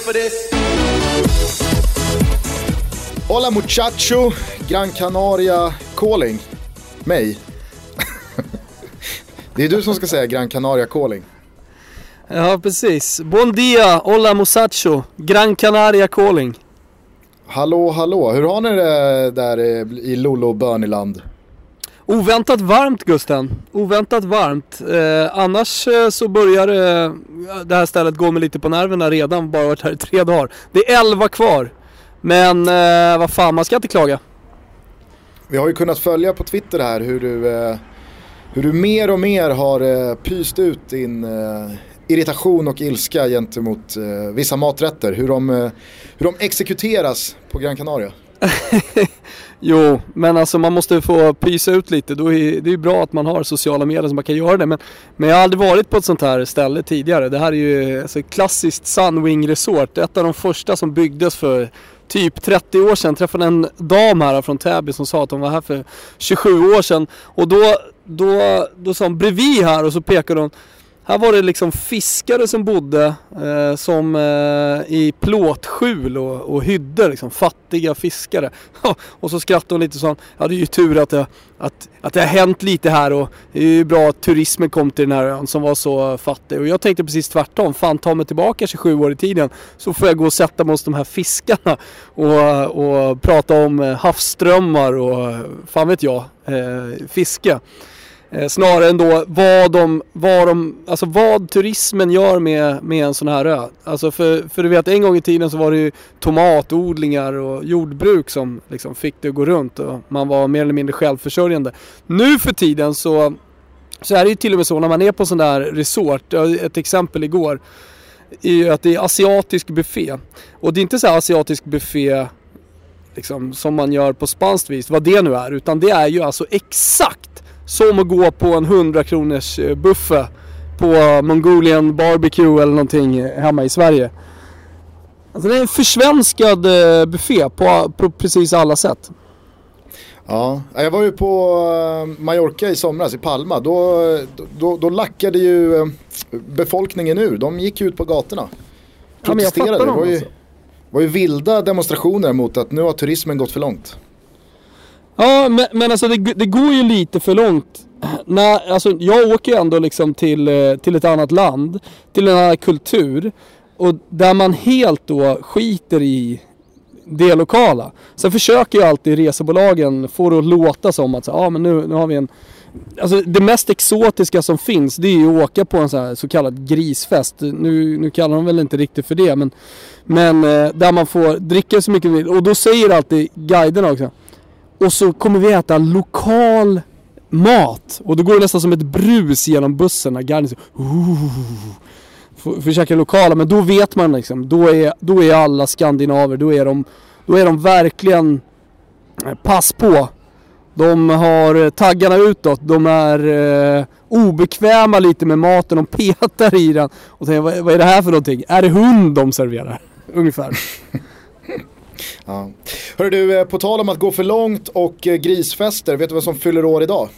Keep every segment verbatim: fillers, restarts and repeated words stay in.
for this? Hola muchacho, Gran Canaria calling. Mig. Det är du som ska säga Gran Canaria calling. Ja, precis. Bon dia, hola muchacho, Gran Canaria calling. Hallå, hallå. Hur har ni det där i Lolo Börniland? Oväntat varmt, Gusten. Oväntat varmt. Eh, annars eh, så börjar eh, det här stället gå med lite på nerverna redan. Bara varit här i tre dagar. Det är elva kvar. Men eh, vad fan, man ska inte klaga. Vi har ju kunnat följa på Twitter här hur du, eh, hur du mer och mer har eh, pyst ut din eh, irritation och ilska gentemot eh, vissa maträtter. Hur de, eh, hur de exekuteras på Gran Canaria. Jo, men alltså man måste få pysa ut lite. Då är, det är ju bra att man har sociala medier som man kan göra det. Men, men jag har aldrig varit på ett sånt här ställe tidigare. Det här är ju alltså, klassiskt Sunwing Resort. Ett av de första som byggdes för typ trettio år sedan. Jag träffade en dam här från Täby som sa att hon var här för tjugosju år sedan. Och då, då, då sa hon bredvid här och så pekade hon. Här var det liksom fiskare som bodde eh, som eh, i plåtskjul och, och hyddor, liksom, fattiga fiskare. Och så skrattade hon lite och sa, ja det är ju tur att det, att, att det har hänt lite här och det är ju bra att turismen kom till den här ön som var så fattig. Och jag tänkte precis tvärtom, fan ta mig tillbaka tjugosju år i tiden så får jag gå och sätta mig hos de här fiskarna och, och prata om havsströmmar och fan vet jag, eh, fiske. Eh, snarare än då vad de, vad de, alltså vad turismen gör med, med en sån här ö. Alltså för, för du vet, en gång i tiden så var det ju tomatodlingar och jordbruk som liksom fick det att gå runt och man var mer eller mindre självförsörjande. Nu för tiden så, så är det ju till och med så när man är på sån där resort, ett exempel igår är ju att det är asiatisk buffé. Och det är inte så här asiatisk buffé liksom, som man gör på spanskt vis, vad det nu är, utan det är ju alltså exakt som att gå på en hundra kronors buffé på Mongolian barbecue eller någonting hemma i Sverige. Alltså det är en försvenskad buffé på, på precis alla sätt. Ja, jag var ju på Mallorca i somras i Palma. Då, då, då lackade ju befolkningen ur. De gick ut på gatorna. Protesterade. Ja, det var ju, alltså. var ju vilda demonstrationer mot att nu har turismen gått för långt. Ja, men, men alltså det, det går ju lite för långt. Nej, alltså jag åker ju ändå liksom till, till ett annat land, till en annan kultur och där man helt då skiter i det lokala. Sen försöker ju alltid resebolagen få det att låta som att så, ja, men nu, nu har vi en... Alltså det mest exotiska som finns, det är ju att åka på en så, här, så kallad grisfest. Nu, nu kallar de väl inte riktigt för det, men, men där man får dricka så mycket. Och då säger alltid guiderna också, och så kommer vi äta lokal mat. Och då går det nästan som ett brus genom bussen när guiden säger uh, försöka lokala. Men då vet man liksom, då är, då är alla skandinaver, då är de, då är de verkligen pass på. De har taggarna utåt, de är eh, obekväma lite med maten, de petar i den och tänker, vad, vad är det här för någonting? Är det hund de serverar? Ungefär. Ja. Hörru du, på tal om att gå för långt och grisfester, vet du vad som fyller år idag?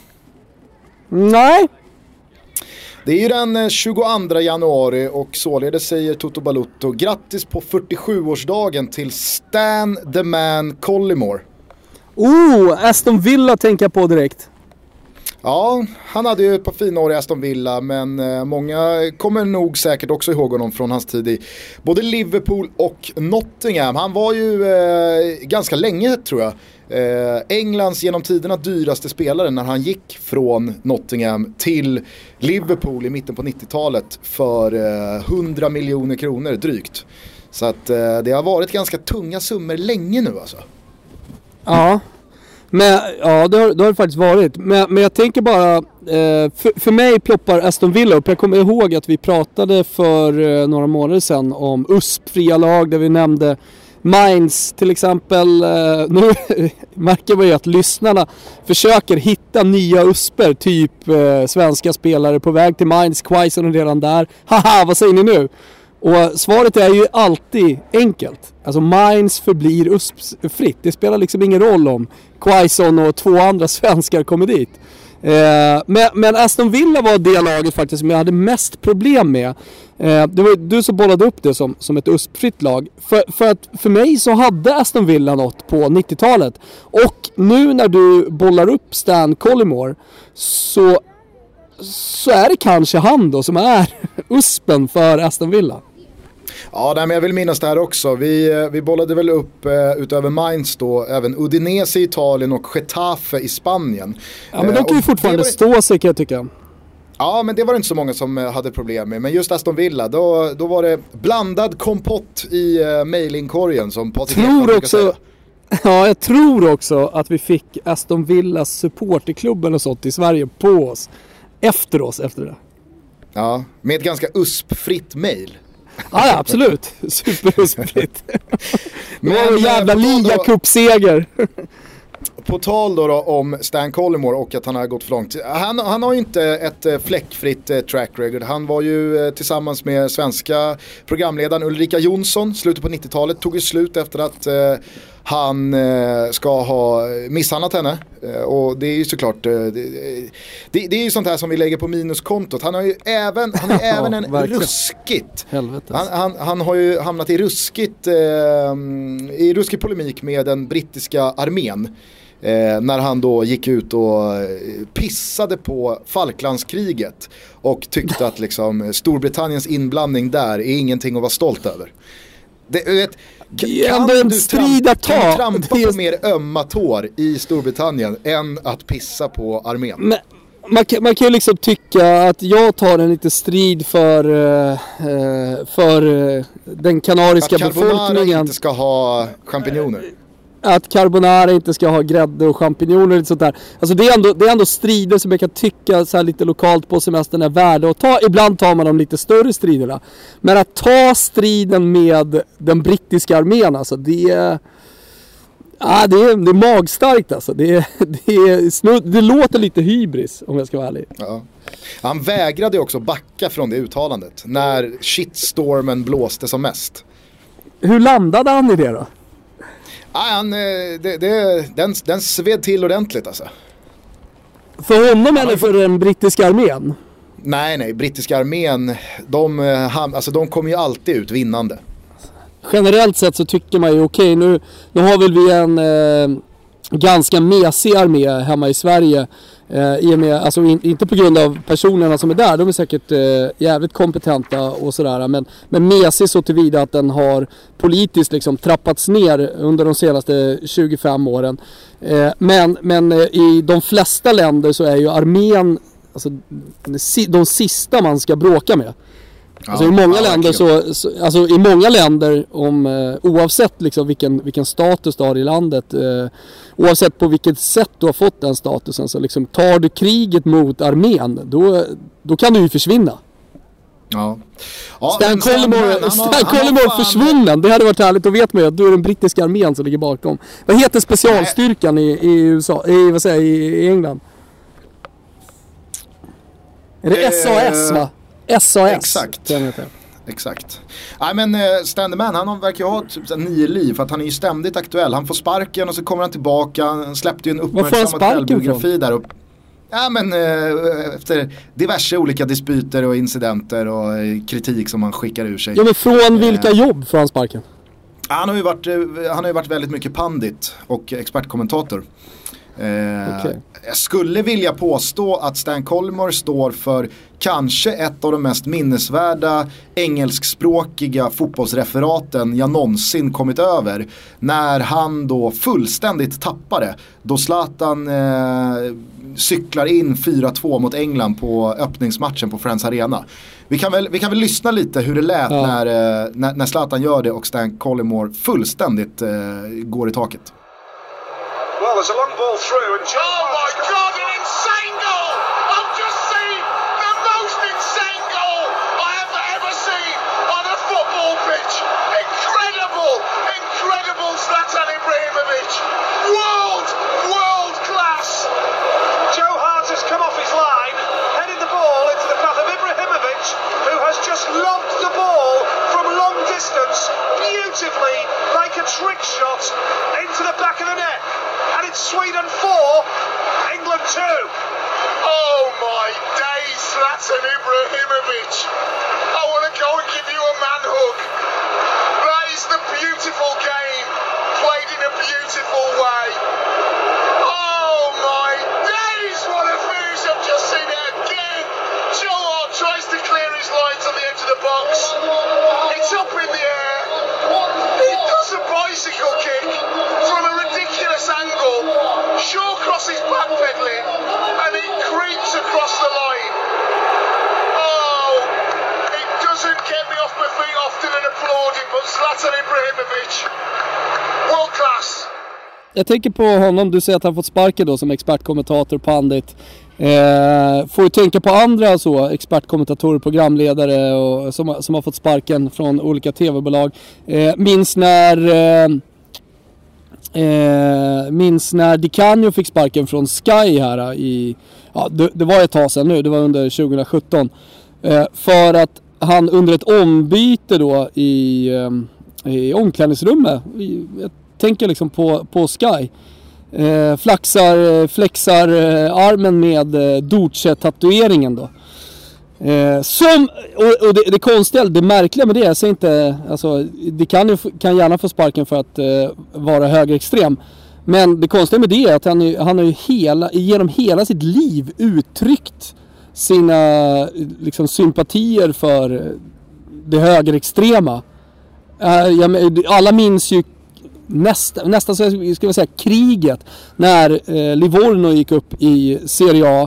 Nej. Det är ju den tjugoandra januari och således säger Toto Balutto grattis på fyrtiosjuårsdagen till Stan the Man Collymore. Oh, Aston Villa tänker jag på direkt. Ja, han hade ju ett par fina år i Aston Villa, men eh, många kommer nog säkert också ihåg honom från hans tid i både Liverpool och Nottingham. Han var ju eh, ganska länge, tror jag, eh, Englands genom tiderna dyraste spelare när han gick från Nottingham till Liverpool i mitten på nittiotalet för eh, hundra miljoner kronor drygt. Så att eh, det har varit ganska tunga summor länge nu alltså. Ja. Men, ja, det har, det har det faktiskt varit. Men, men jag tänker bara, eh, för, för mig ploppar Aston Villa upp. Jag kommer ihåg att vi pratade för eh, några månader sedan om U S P-fria lag där vi nämnde Mainz till exempel. Eh, nu märker man ju att lyssnarna försöker hitta nya U S P-er, typ eh, svenska spelare på väg till Mainz, Quaison är redan där. Haha, vad säger ni nu? Och svaret är ju alltid enkelt. Alltså Mainz förblir U S P-fritt. Det spelar liksom ingen roll om Quaison och två andra svenskar kommer dit. Eh, men, men Aston Villa var det laget faktiskt som jag hade mest problem med. Eh, det var du som bollade upp det som, som ett uspfritt lag. För, för att för mig så hade Aston Villa något på nittiotalet. Och nu när du bollar upp Stan Collymore så, så är det kanske han då som är uspen för Aston Villa. Ja, nej, men jag vill minnas det här också. Vi, vi bollade väl upp eh, utöver Mainz då, även Udinese i Italien och Getafe i Spanien. Ja, men de kan ju fortfarande var... stå sig, kan jag tycka. Ja, men det var det inte så många som hade problem med. Men just Aston Villa, då, då var det blandad kompott i uh, mailingkorgen som Patrik Ekman brukar säga. Ja, jag tror också att vi fick Aston Villas supporterklubben och sånt i Sverige på oss. Efter oss, efter det. Ja, med ett ganska uspfritt mail. Ja, ja, absolut. Superuspfritt. Men en jävla liga-cupseger. På tal då, då om Stan Collymore och att han har gått för långt. Han, han har ju inte ett fläckfritt track record. Han var ju tillsammans med svenska programledaren Ulrika Jonsson slutet på nittiotalet. Tog ju slut efter att eh, han eh, ska ha misshandlat henne. Eh, och det är ju såklart eh, det, det, det är ju sånt här som vi lägger på minuskontot. Han har ju även, han är ja, även en verkligen. ruskigt han, han, han har ju hamnat i ruskigt eh, i ruskig polemik med den brittiska armén. Eh, när han då gick ut och pissade på Falklandskriget och tyckte att liksom Storbritanniens inblandning där är ingenting att vara stolt över. Det, vet, det är ändå en strid att ta. Kan du trampa på mer ömma tår i Storbritannien än att pissa på armén? Men man kan, man kan ju liksom tycka att jag tar en lite strid för, uh, för uh, den kanariska att befolkningen. Att carbonara inte ska ha champinjoner. Att carbonara inte ska ha grädde och champinjoner och sånt där. Alltså det är ändå, det är ändå strider som jag kan tycka så här lite lokalt på semestern är värda att ta. Ibland tar man de lite större striderna. Men att ta striden med den brittiska armén, alltså det är... Ja, det är, det är magstarkt alltså. Det, är, det, är snudd, det låter lite hybris om jag ska vara ärlig. Ja. Han vägrade också backa från det uttalandet när shitstormen blåste som mest. Hur landade han i det då? Ja, han, det, det, den, den sved till ordentligt alltså. För honom eller för den brittiska armén? Nej, nej. Brittiska armén, de, alltså, de kommer ju alltid ut vinnande. Generellt sett så tycker man ju okej, okay, nu, nu har väl vi en eh, ganska mesig armé hemma i Sverige. Eh, i och med, alltså in, inte på grund av personerna som är där, de är säkert eh, jävligt kompetenta och sådär. Men, men mesig så tillvida att den har politiskt liksom trappats ner under de senaste tjugofem åren. Eh, men men eh, i de flesta länder så är ju armén alltså, de sista man ska bråka med. Alltså, ja, i många ja, länder så, så alltså i många länder om eh, oavsett liksom vilken vilken status du har i landet eh, oavsett på vilket sätt du har fått den statusen så liksom tar du kriget mot armén då då kan du ju försvinna. Ja. Ja, Stan Collymore, Stan Collymore försvunnen. Det hade varit härligt att veta med att du är den brittiska armén som ligger bakom. Vad heter specialstyrkan i, i U S A i vad säger i, i England? Är det eh, S A S va? S A S. Exakt. Exakt. Nej, men uh, Stan the Man, han verkar ju ha typ nio liv för att han är ju ständigt aktuell. Han får sparken och så kommer han tillbaka. Han släppte ju en uppmärksammad självbiografi där uppe. Ja, men uh, efter diverse olika dispyter och incidenter och uh, kritik som han skickar ur sig. Ja, men från vilka uh, jobb får han sparken? Han har ju varit, uh, han har ju varit väldigt mycket pandit och expertkommentator. Eh, okay. Jag skulle vilja påstå att Stan Collymore står för kanske ett av de mest minnesvärda engelskspråkiga fotbollsreferaten jag någonsin kommit över. När han då fullständigt tappade då Zlatan eh, cyklar in fyra två mot England på öppningsmatchen på Friends Arena. Vi kan väl, vi kan väl lyssna lite hur det lät ja. när, eh, när, när Zlatan gör det och Stan Collymore fullständigt eh, går i taket. Well, there's a long ball through and Joe oh my God, an insane goal! I've just seen the most insane goal I have ever seen on a football pitch. Incredible, incredible Zlatan Ibrahimovic. World, world class. Joe Hart has come off his line, headed the ball into the path of Ibrahimovic, who has just lobbed the ball from long distance, beautifully, like a trick shot, into the back of the net. And it's Sweden four, England two. days, Zlatan Ibrahimovic. I want to go and give you a man hug. That is the beautiful game, played in a beautiful way. Oh my days, what a finish, I've just seen it again. Joe Hart tries to clear his lines on the edge of the box. It's up in the air. He does a bicycle kick from a ridiculous angle. Shaw crosses backpedaling and it creeps across the line. Oh, it doesn't get me off my feet often and applauding, but Zlatan Ibrahimovic, world class. Jag tänker på honom, du säger att han fått sparken då som expertkommentator, pandit. Eh, får ju tänka på andra så, expertkommentatorer, programledare och, som, som har fått sparken från olika tv-bolag. Eh, minns när eh, eh, minns när Di Canio fick sparken från Sky här i, ja, det, det var ett tag sedan nu, det var under tjugo sjutton. Eh, för att han under ett ombyte då i, eh, i omklädningsrummet, i, jag tänker liksom på, på Sky. Eh, flaxar, flexar eh, armen med eh, Duce-tatueringen då. Eh, som, och, och det, det konstiga, det märkliga med det, jag säger inte, alltså, det kan ju kan gärna få sparken för att eh, vara högerextrem. Men det konstiga med det är att han, han har ju hela, genom hela sitt liv uttryckt sina liksom, sympatier för det högerextrema. Eh, jag, alla minns ju Nästa, nästan så ska jag säga kriget när eh, Livorno gick upp i Serie A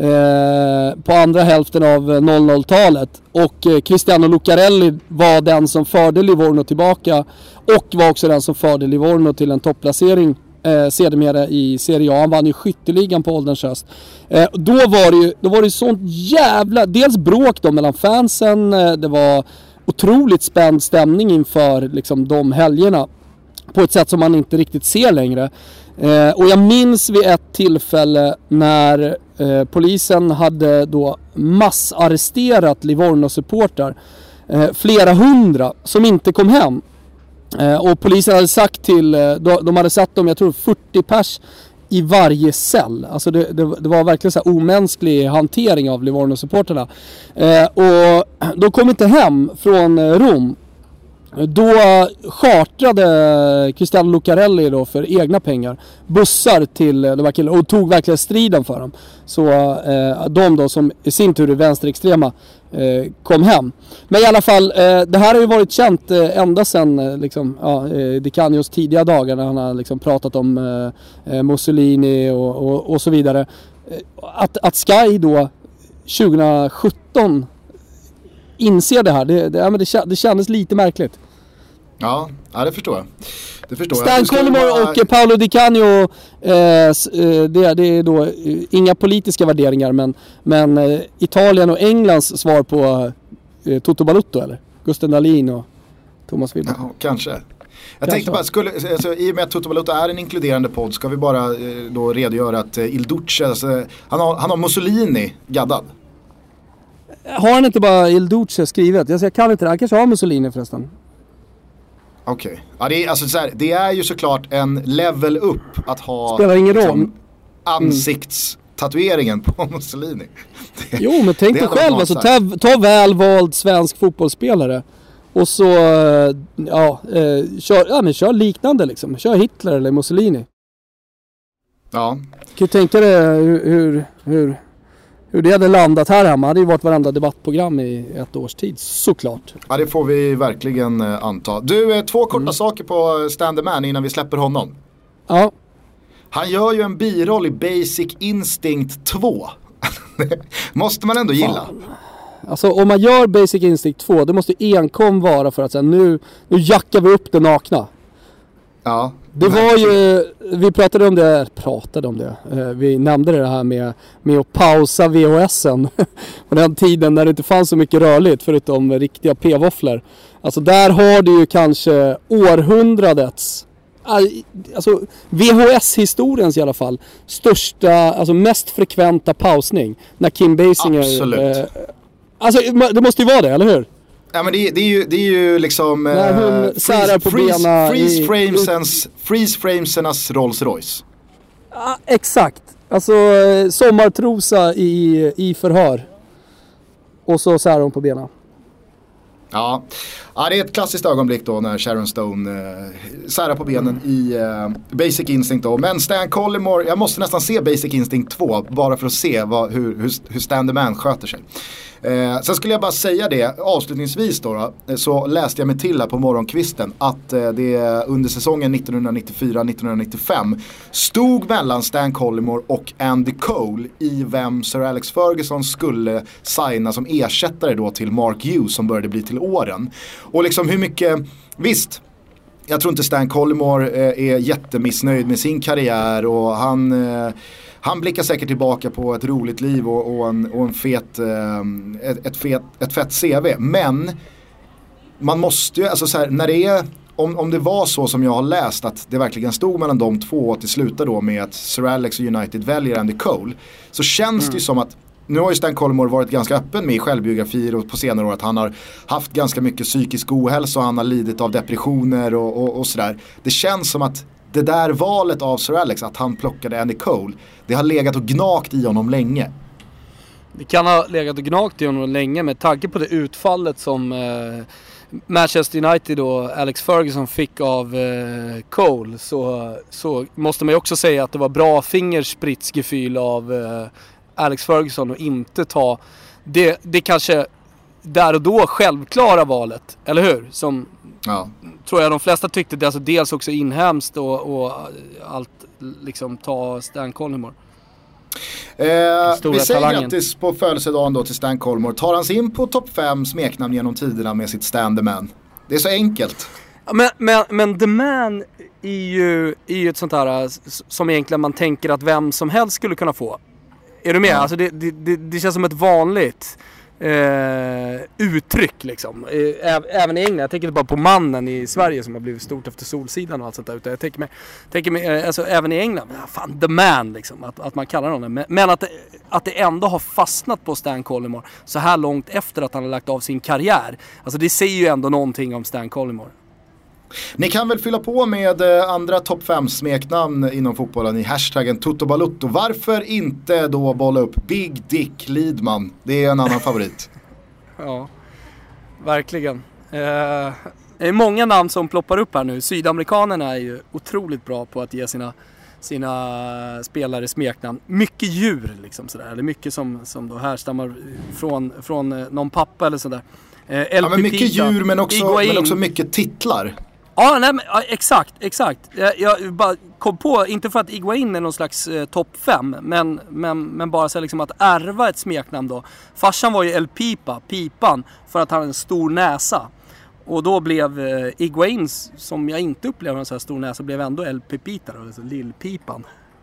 eh, på andra hälften av noll noll-talet och eh, Cristiano Lucarelli var den som förde Livorno tillbaka och var också den som förde Livorno till en topplacering eh, sedermera i Serie A. Han vann ju skytteligan på ålderns höst. Eh, då var det ju då var det sånt jävla, dels bråk då mellan fansen, eh, det var otroligt spänd stämning inför liksom de helgerna. På ett sätt som man inte riktigt ser längre. Eh, och jag minns vid ett tillfälle när eh, polisen hade då massarresterat Livorno-supportrar. Eh, flera hundra som inte kom hem. Eh, och polisen hade sagt till, eh, de hade satt dem, jag tror fyrtio pers i varje cell. Alltså det, det, det var verkligen så här omänsklig hantering av Livorno-supportrarna. Eh, och de kom inte hem från Rom. Då chartrade Cristiano Lucarelli då för egna pengar bussar till de här killarna och tog verkligen striden för dem. Så eh, de då som i sin tur är vänsterextrema eh, kom hem. Men i alla fall, eh, det här har ju varit känt eh, ända sedan eh, liksom, ja, eh, Di Canios tidiga dagar när han har liksom pratat om eh, Mussolini och, och, och så vidare. Att, att Sky då tjugo sjutton inser det här, det, det, ja, men det, det kändes lite märkligt. Ja, ja det förstår jag. Det förstår Stan jag. Collymore bara... och Paolo Di Canio, eh, det, det är då eh, inga politiska värderingar, men, men eh, Italien och Englands svar på eh, Toto Balotto, eller? Gusten Dahlin och Thomas Wilbur. Ja, kanske. Jag kanske. tänkte bara, skulle, alltså, i och med att Toto Balotto är en inkluderande podd, ska vi bara eh, då redogöra att eh, Il Duce, alltså, han, har, han har Mussolini gaddad. Har han inte bara Il Duce skrivet? Jag, jag kan inte det. Han kanske har Mussolini förresten. Okej. Okay. Ja, det, är, alltså, så här, det är ju såklart en level upp att ha spelar ingen roll. Liksom, ansiktstatueringen på Mussolini. Det, jo, men tänk dig själv. Alltså, ta, ta välvald svensk fotbollsspelare. Och så ja, eh, kör, ja, men kör liknande liksom. Kör Hitler eller Mussolini. Ja. Kan du tänka dig hur... hur, hur Hur det hade landat här hemma. Det hade ju varit varenda debattprogram i ett års tid, såklart. Ja, det får vi verkligen eh, anta. Du, eh, två korta mm. saker på Stan the Man innan vi släpper honom. Ja. Han gör ju en biroll i Basic Instinct två. Måste man ändå gilla. Fan. Alltså om man gör Basic Instinct två, det måste enkom vara för att säga, nu, nu jackar vi upp det nakna. Ja. Det var ju, vi pratade om det, pratade om det, vi nämnde det här med, med att pausa V H S-en på den tiden när det inte fanns så mycket rörligt förutom riktiga p-våfflor. Alltså där har du ju kanske århundradets, alltså V H S-historiens i alla fall, största, alltså mest frekventa pausning när Kim Basinger... Absolut. Eh, alltså det måste ju vara det, eller hur? Ja, men det, det, är ju, det är ju liksom när hon uh, freeze, på freeze, bena freeze, i, framesens, freeze framesernas Rolls Royce. Ja, exakt. Alltså sommartrosa i, i förhör. Och så särar hon på benen. Ja. ja, det är ett klassiskt ögonblick då när Sharon Stone eh, särar på benen i eh, Basic Instinct då. Men Stan Collymore, jag måste nästan se Basic Instinct två bara för att se vad, hur, hur, hur Stan the Man sköter sig. Eh, sen skulle jag bara säga det avslutningsvis då, då så läste jag mig till här på morgonkvisten att eh, det under säsongen nittonhundranittiofyra nittonhundranittiofem stod mellan Stan Collymore och Andy Cole i vem Sir Alex Ferguson skulle signa som ersättare då till Mark Hughes som började bli till åren. Och liksom hur mycket, visst, jag tror inte Stan Collymore eh, är jättemissnöjd med sin karriär och han... Eh, Han blickar säkert tillbaka på ett roligt liv och, och, en, och en fet, eh, ett, ett, fet, ett fett C V. Men man måste ju, alltså så här, när det är, om, om det var så som jag har läst att det verkligen stod mellan de två och det slutar då med att Sir Alex och United väljer Andy Cole, så känns mm. det ju som att nu har ju Stan Collymore varit ganska öppen med i självbiografier och på senare år att han har haft ganska mycket psykisk ohälsa och han har lidit av depressioner och, och, och sådär. Det känns som att det där valet av Sir Alex, att han plockade Andy Cole, det har legat och gnagt i honom länge. Det kan ha legat och gnagt i honom länge med tanke på det utfallet som eh, Manchester United och Alex Ferguson fick av eh, Cole, så, så måste man ju också säga att det var bra fingerspritsgefühl av eh, Alex Ferguson och inte ta det, det kanske där och då självklara valet, eller hur? Som ja. tror jag de flesta tyckte det, alltså dels också inhemskt och, och allt liksom ta Stan Collymore. Eh, vi säger grattis på födelsedagen då till Stan Collymore. Tar han sig in på topp fem smeknamn genom tiderna med sitt Stan the Man? Det är så enkelt. Men, men, men The Man är ju, är ju ett sånt här som egentligen man tänker att vem som helst skulle kunna få. Är du med? Ja. Alltså det, det, det, det känns som ett vanligt eh, uttryck liksom. Ä, även i England. Jag tänker inte bara på mannen i Sverige som har blivit stort efter Solsidan och allt sånt där. Utan jag tänker mig, tänker mig alltså, även i England. Ja, fan, The Man liksom. Att, att man kallar honom. Men, men att, det, att det ändå har fastnat på Stan Collymore så här långt efter att han har lagt av sin karriär. Alltså det säger ju ändå någonting om Stan Collymore. Ni kan väl fylla på med eh, andra topp fem smeknamn inom fotbollen i hashtaggen Toto Balutto. Varför inte då bolla upp Big Dick Lidman? Det är en annan favorit. Ja, verkligen. Eh, det är många namn som ploppar upp här nu. Sydamerikanerna är ju otroligt bra på att ge sina, sina spelare smeknamn. Mycket djur liksom sådär. Eller mycket som, som då härstammar från, från någon pappa eller sådär. Eh, ja, men mycket djur men också, men också mycket titlar. Ja, nej, men, ja, exakt, exakt. Jag, jag bara kom på, inte för att Iguain är någon slags eh, topp fem, men, men, men bara så liksom att ärva ett smeknamn då. Farsan var ju El Pipa, Pipan, för att han hade en stor näsa. Och då blev eh, Iguain, som jag inte upplevde en så här stor näsa, blev ändå El Pepita, alltså Lillpipan.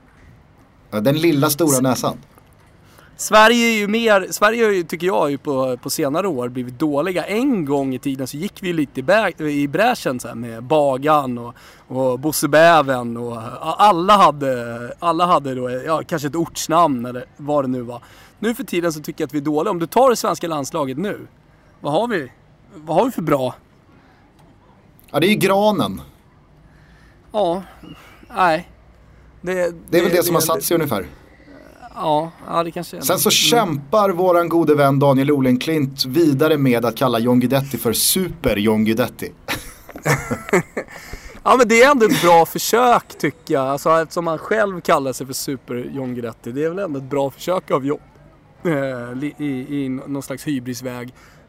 Ja, den lilla stora näsan. Sverige är ju mer, Sverige tycker jag ju på, på senare år blivit dåliga. En gång i tiden så gick vi lite i, bä, i bräschen så här, med Bagan och, och Bossebäven och alla hade, alla hade då, ja, kanske ett ortsnamn eller vad det nu var. Nu för tiden så tycker jag att vi är dåliga. Om du tar det svenska landslaget nu, vad har vi? Vad har vi för bra? Ja, det är ju Granen. Ja, nej. Det, det, det är väl det, det som det, har satt sig det, ungefär. Ja, ja, det kanske är. Sen så mm. kämpar våran gode vän Daniel Olenklint vidare med att kalla John Guidetti för Super John Guidetti. Ja, men det är ändå ett bra försök tycker jag. Alltså, eftersom han själv kallar sig för Super John Guidetti. Det är väl ändå ett bra försök av John. Eh, i, i någon slags hybrisväg.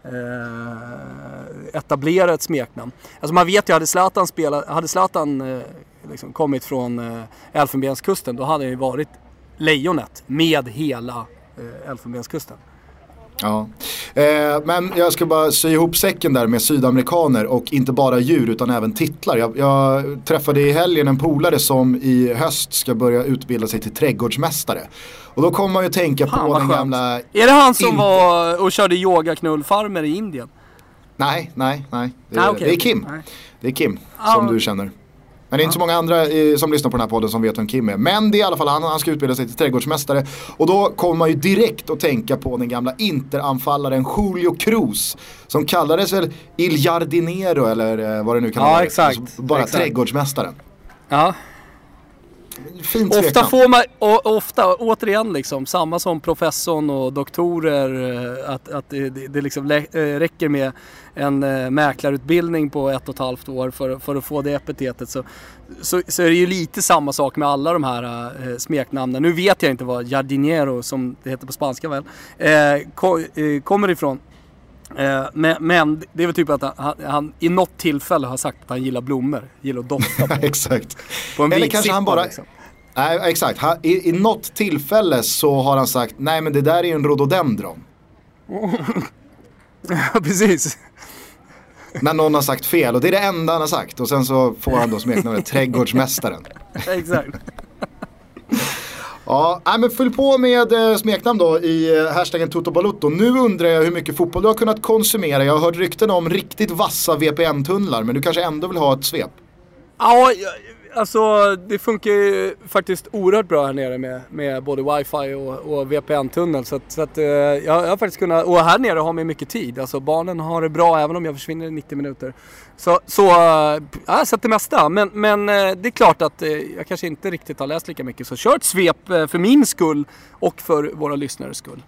Eh, etablera ett smeknamn. Alltså man vet ju, hade Zlatan, spelat, hade Zlatan eh, liksom kommit från eh, Elfenbenskusten, då hade det ju varit lejonet med hela eh, Elfenbenskusten. Ja, eh, men jag ska bara sy ihop säcken där med sydamerikaner och inte bara djur utan även titlar. Jag, jag träffade i helgen en polare som i höst ska börja utbilda sig till trädgårdsmästare. Och då kommer man ju tänka Fan, på den skönt. gamla... Är det han som in... var och körde yogaknullfarmer i Indien? Nej, nej, nej. Det, ah, okay. det är Kim. Nej. Det är Kim ah, som du känner. Men det är inte så många andra eh, som lyssnar på den här podden som vet vem Kim är. Men det är i alla fall han, han ska utbilda sig till trädgårdsmästare. Och då kommer man ju direkt att tänka på den gamla interanfallaren Julio Cruz. Som kallades väl Il Jardinero eller eh, vad det nu kan ja, vara. Exakt. Alltså, bara exakt. trädgårdsmästaren. Ja. Fint ofta smeknamn. får man, och, ofta, återigen liksom, samma som professorn och doktorer, att, att det, det, det liksom lä, räcker med en äh, mäklarutbildning på ett och ett halvt år för, för att få det epitetet. Så, så, så är det ju lite samma sak med alla de här äh, smeknamnen. Nu vet jag inte vad jardinero, som det heter på spanska väl, äh, ko, äh, kommer ifrån. Eh, men, men det är väl typ att han, han i något tillfälle har sagt att han gillar blommor, gillar att dofta på. Exakt. På en Eller kanske han bara liksom. Nej, exakt. Han, i, I något tillfälle så har han sagt, nej men det där är ju en rhododendron. Ja, precis. När någon har sagt fel, och det är det enda han har sagt. Och sen så får han då smeknamnet Trädgårdsmästaren. Exakt. Ja, men fyll på med eh, smeknamn då i eh, hashtaggen Toto Balutto. Nu undrar jag hur mycket fotboll du har kunnat konsumera. Jag har hört rykten om riktigt vassa V P N-tunnlar, men du kanske ändå vill ha ett svep. Ja, alltså det funkar ju faktiskt oerhört bra här nere med, med både wifi och, och V P N-tunnel. Så att, så att eh, jag, jag har faktiskt kunnat, och här nere har man mycket tid. Alltså barnen har det bra även om jag försvinner i nittio minuter. Så, så ja, jag har sett det mesta. Men, men det är klart att jag kanske inte riktigt har läst lika mycket. Så kör ett svep för min skull och för våra lyssnares skull.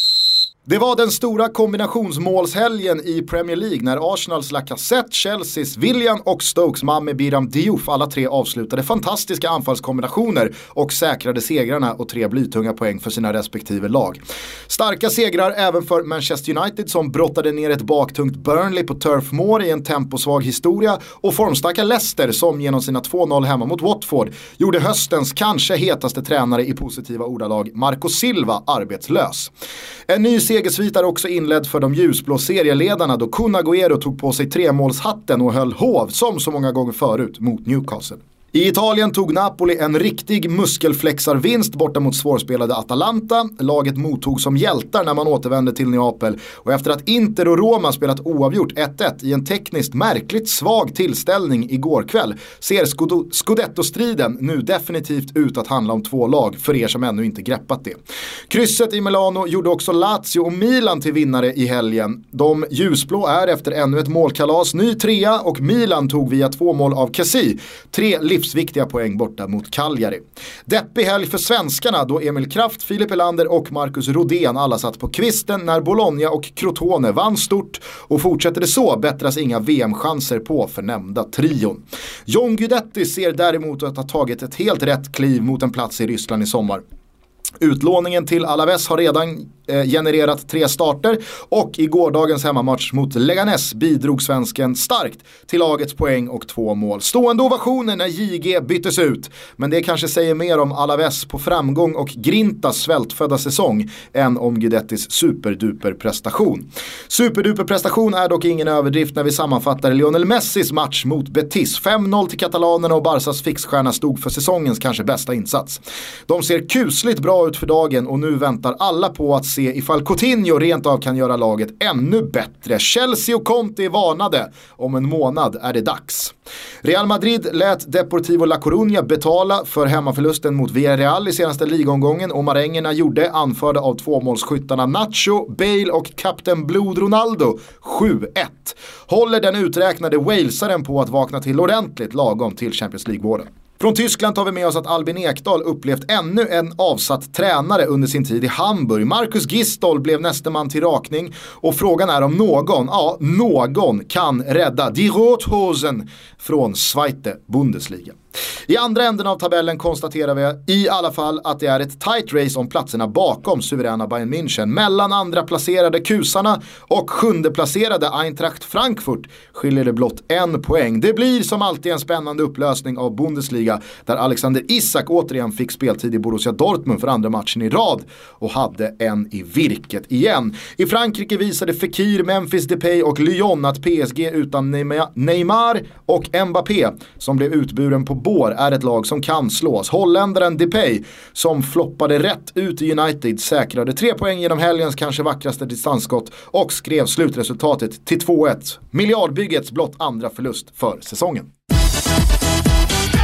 Det var den stora kombinationsmålshelgen i Premier League när Arsenals Lacazette, Chelseas Willian och Stokes Mame Biram Diouf alla tre avslutade fantastiska anfallskombinationer och säkrade segrarna och tre blytunga poäng för sina respektive lag. Starka segrar även för Manchester United som brottade ner ett baktungt Burnley på Turf Moor i en temposvag historia, och formstarka Leicester som genom sina två noll hemma mot Watford gjorde höstens kanske hetaste tränare i positiva ordalag, Marco Silva, arbetslös. En ny segersvit är också inledd för de ljusblå serieledarna då Kun Agüero tog på sig tremålshatten och höll hov som så många gånger förut mot Newcastle. I Italien tog Napoli en riktig muskelflexarvinst borta mot svårspelade Atalanta. Laget mottog som hjältar när man återvände till Neapel, och efter att Inter och Roma spelat oavgjort ett ett i en tekniskt märkligt svag tillställning igår kväll ser Scudetto-striden nu definitivt ut att handla om två lag för er som ännu inte greppat det. Krysset i Milano gjorde också Lazio och Milan till vinnare i helgen. De ljusblå är efter ännu ett målkalas ny trea, och Milan tog via två mål av Kessi tre livsviktiga poäng borta mot Cagliari. Deppig helg för svenskarna då Emil Kraft, Filip Elander och Marcus Rodén alla satt på kvisten när Bologna och Crotone vann stort, och fortsätter det så bättras inga V M-chanser på för nämnda trion. John Guidetti ser däremot att ha tagit ett helt rätt kliv mot en plats i Ryssland i sommar. Utlåningen till Alaves har redan eh, genererat tre starter, och i gårdagens hemmamatch mot Leganes bidrog svensken starkt till lagets poäng och två mål. Stående ovationer när J G byttes ut, men det kanske säger mer om Alaves på framgång och Grintas svältfödda säsong än om Guidettis superduper prestation. Superduper prestation är dock ingen överdrift när vi sammanfattar Lionel Messis match mot Betis. fem noll till katalanerna, och Barsas fixstjärna stod för säsongens kanske bästa insats. De ser kusligt bra ut för dagen, och nu väntar alla på att se ifall Coutinho rent av kan göra laget ännu bättre. Chelsea och Conte är varnade. Om en månad är det dags. Real Madrid lät Deportivo La Coruña betala för hemmaförlusten mot Villarreal i senaste ligomgången, och marängerna gjorde, anförda av tvåmålsskyttarna Nacho, Bale och kapten Blod Ronaldo, sju ett. Håller den uträknade walesaren på att vakna till ordentligt lagom till Champions League-våren. Från Tyskland tar vi med oss att Albin Ekdal upplevt ännu en avsatt tränare under sin tid i Hamburg. Marcus Gistol blev nästa man till rakning, och frågan är om någon, ja någon kan rädda Die Rothosen från Zweite Bundesliga. I andra änden av tabellen konstaterar vi i alla fall att det är ett tight race om platserna bakom suveräna Bayern München. Mellan andra placerade kusarna och sjunde placerade Eintracht Frankfurt skiljer det blott en poäng. Det blir som alltid en spännande upplösning av Bundesliga, där Alexander Isak återigen fick speltid i Borussia Dortmund för andra matchen i rad och hade en i virket igen. I Frankrike visade Fekir, Memphis Depay och Lyon att P S G utan Neymar och Mbappé, som blev utburen på bår, är ett lag som kan slås. Holländaren Depay, som floppade rätt ut i United, säkrade tre poäng genom helgens kanske vackraste distansskott och skrev slutresultatet till två ett. Miljardbyggets blott andra förlust för säsongen.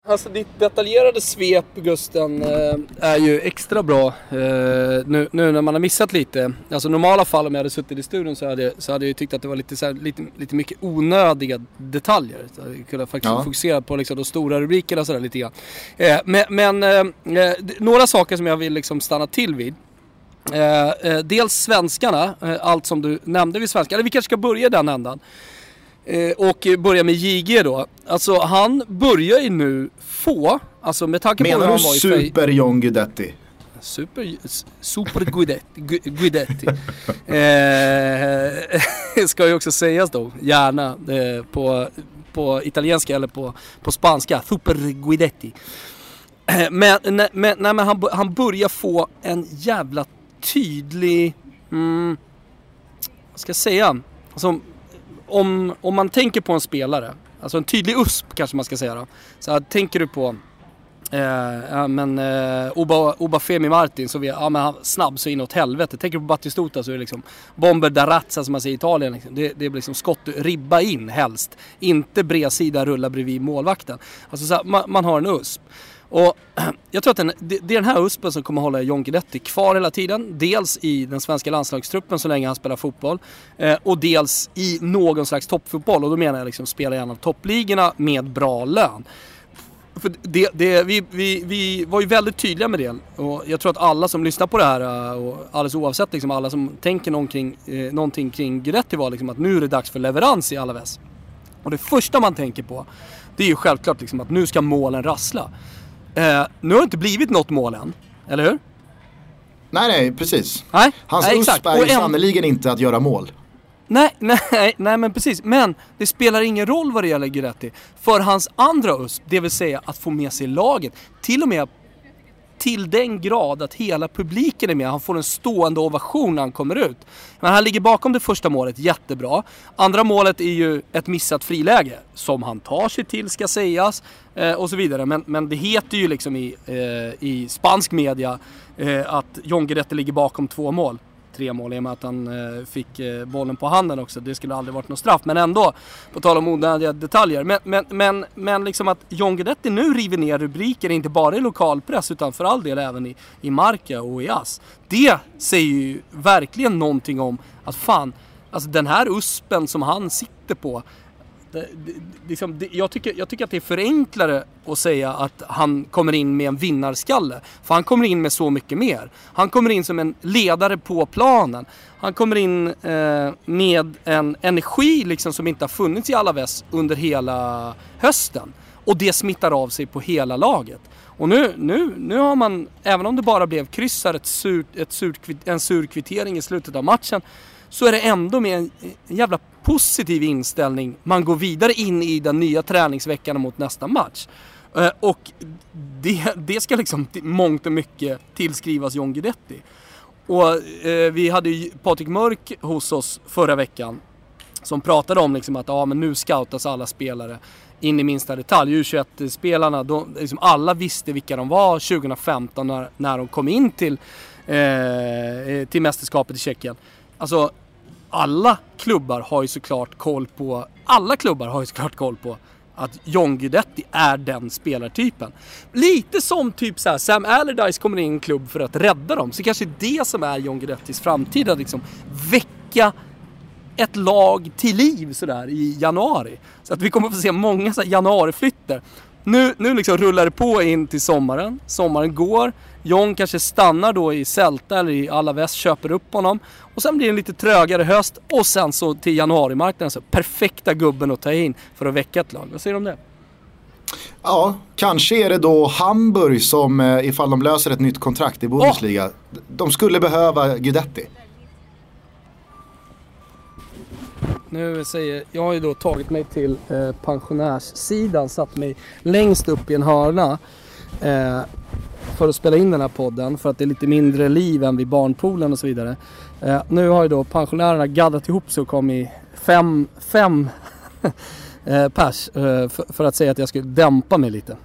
Alltså ditt detaljerade svep, Gusten, eh, är ju extra bra eh, nu, nu när man har missat lite. Alltså normala fall om jag hade suttit i studion så hade, så hade jag tyckt att det var lite, så här, lite, lite mycket onödiga detaljer. Så jag kunde faktiskt ja. fokusera på liksom, de stora rubrikerna och sådär lite grann. Eh, men men eh, några saker som jag vill liksom stanna till vid. Eh, eh, dels svenskarna, eh, allt som du nämnde vid svenska. Eller vi kanske ska börja den ändan. Eh, och börja med J G då. Alltså han börjar ju nu få, alltså med tanke på Menar hur han du var i super John Guidetti? Super, super Guidetti, Guidetti. eh, ska ju också sägas då, gärna eh, på, på italienska eller på, på spanska, super Guidetti. Eh, men nej, men, nej, men han, han börjar få en jävla tydlig, mm, vad ska jag säga, alltså Om, om man tänker på en spelare, alltså en tydlig U S P kanske man ska säga då. Så här, tänker du på eh, ja, men, eh, Oba, Obafemi Martin så vi, ja, men han snabb så in åt helvete. Tänker du på Battistuta så är det liksom bomber da razza som man säger i Italien. Liksom. Det, det är liksom skott, ribba in helst. Inte bredsida rulla bredvid målvakten. Alltså så här, man, man har en U S P. Och jag tror att den, det, det är den här U S P:en som kommer hålla John Guidetti kvar hela tiden. Dels i den svenska landslagstruppen så länge han spelar fotboll. Eh, och dels i någon slags toppfotboll. Och då menar jag liksom spela i en av toppligorna med bra lön. För det, det, vi, vi, vi var ju väldigt tydliga med det. Och jag tror att alla som lyssnar på det här, och alldeles oavsett liksom alla som tänker någonting, eh, någonting kring Guidetti var liksom att nu är det dags för leverans i Alaves. Och det första man tänker på, det är ju självklart liksom att nu ska målen rassla. Eh, nu har det inte blivit något mål än, eller hur? Nej, nej, precis. Nej, Hans nej, U S P är ju en... sannoliken inte att göra mål. Nej, nej, nej, men precis. Men det spelar ingen roll vad det gäller Guidetti. För hans andra U S P, det vill säga att få med sig laget, till och med till den grad att hela publiken är med. Han får en stående ovation när han kommer ut. Men han ligger bakom det första målet jättebra. Andra målet är ju ett missat friläge som han tar sig till, ska sägas, eh, och så vidare. Men, men det heter ju liksom i, eh, i spansk media eh, att John Guidetti ligger bakom två mål. Tre mål i och med att han eh, fick eh, bollen på handen också. Det skulle aldrig varit någon straff. Men ändå, på tal om onödiga detaljer. Men, men, men, men liksom att John Guidetti nu river ner rubriker, inte bara i lokalpress utan för all del även i, i Marca och i A S. Det säger ju verkligen någonting om att fan, alltså den här U S P:en som han sitter på. Det, det, liksom, det, jag, tycker, jag tycker att det är förenklare att säga att han kommer in med en vinnarskalle. För han kommer in med så mycket mer. Han kommer in som en ledare på planen. Han kommer in eh, med en energi liksom, som inte har funnits i Alaves under hela hösten. Och det smittar av sig på hela laget. Och nu, nu, nu har man, även om det bara blev kryssar, ett sur, ett sur, en sur kvittering i slutet av matchen, så är det ändå med en, en jävla positiv inställning man går vidare in i den nya träningsveckan mot nästa match. Eh, och det, det ska liksom mångt och mycket tillskrivas John Guidetti. Och eh, vi hade ju Patrik Mörk hos oss förra veckan som pratade om liksom att ja, men nu scoutas alla spelare in i minsta detalj. U tjugoett-spelarna, de, liksom alla visste vilka de var tjugohundrafemton när, när de kom in till, eh, till mästerskapet i Tjeckien. Alltså alla klubbar har ju såklart koll på alla klubbar har ju såklart koll på att John Guidetti är den spelartypen. Lite som typ så här, Sam Allardyce kommer in i en klubb för att rädda dem. Så kanske det som är John Guidettis framtid att liksom väcka ett lag till liv sådär i januari. Så att vi kommer att få se många så här januariflytter. Nu, nu liksom rullar det på in till sommaren. Sommaren går. John kanske stannar då i Celta eller i Alaves, köper upp honom. Och sen blir det en lite trögare höst. Och sen så till januarimarknaden. Så perfekta gubben att ta in för att väcka ett lag. Vad säger du om det? Ja, kanske är det då Hamburg som ifall de löser ett nytt kontrakt i Bundesliga. Oh. De skulle behöva Guidetti. Nu säger, jag har ju då tagit mig till eh, pensionärssidan, satt mig längst upp i en hörna eh, för att spela in den här podden, för att det är lite mindre liv än vid barnpoolen och så vidare. Eh, nu har ju då pensionärerna gaddat ihop sig och kommit fem, fem eh, pers eh, för, för att säga att jag skulle dämpa mig lite.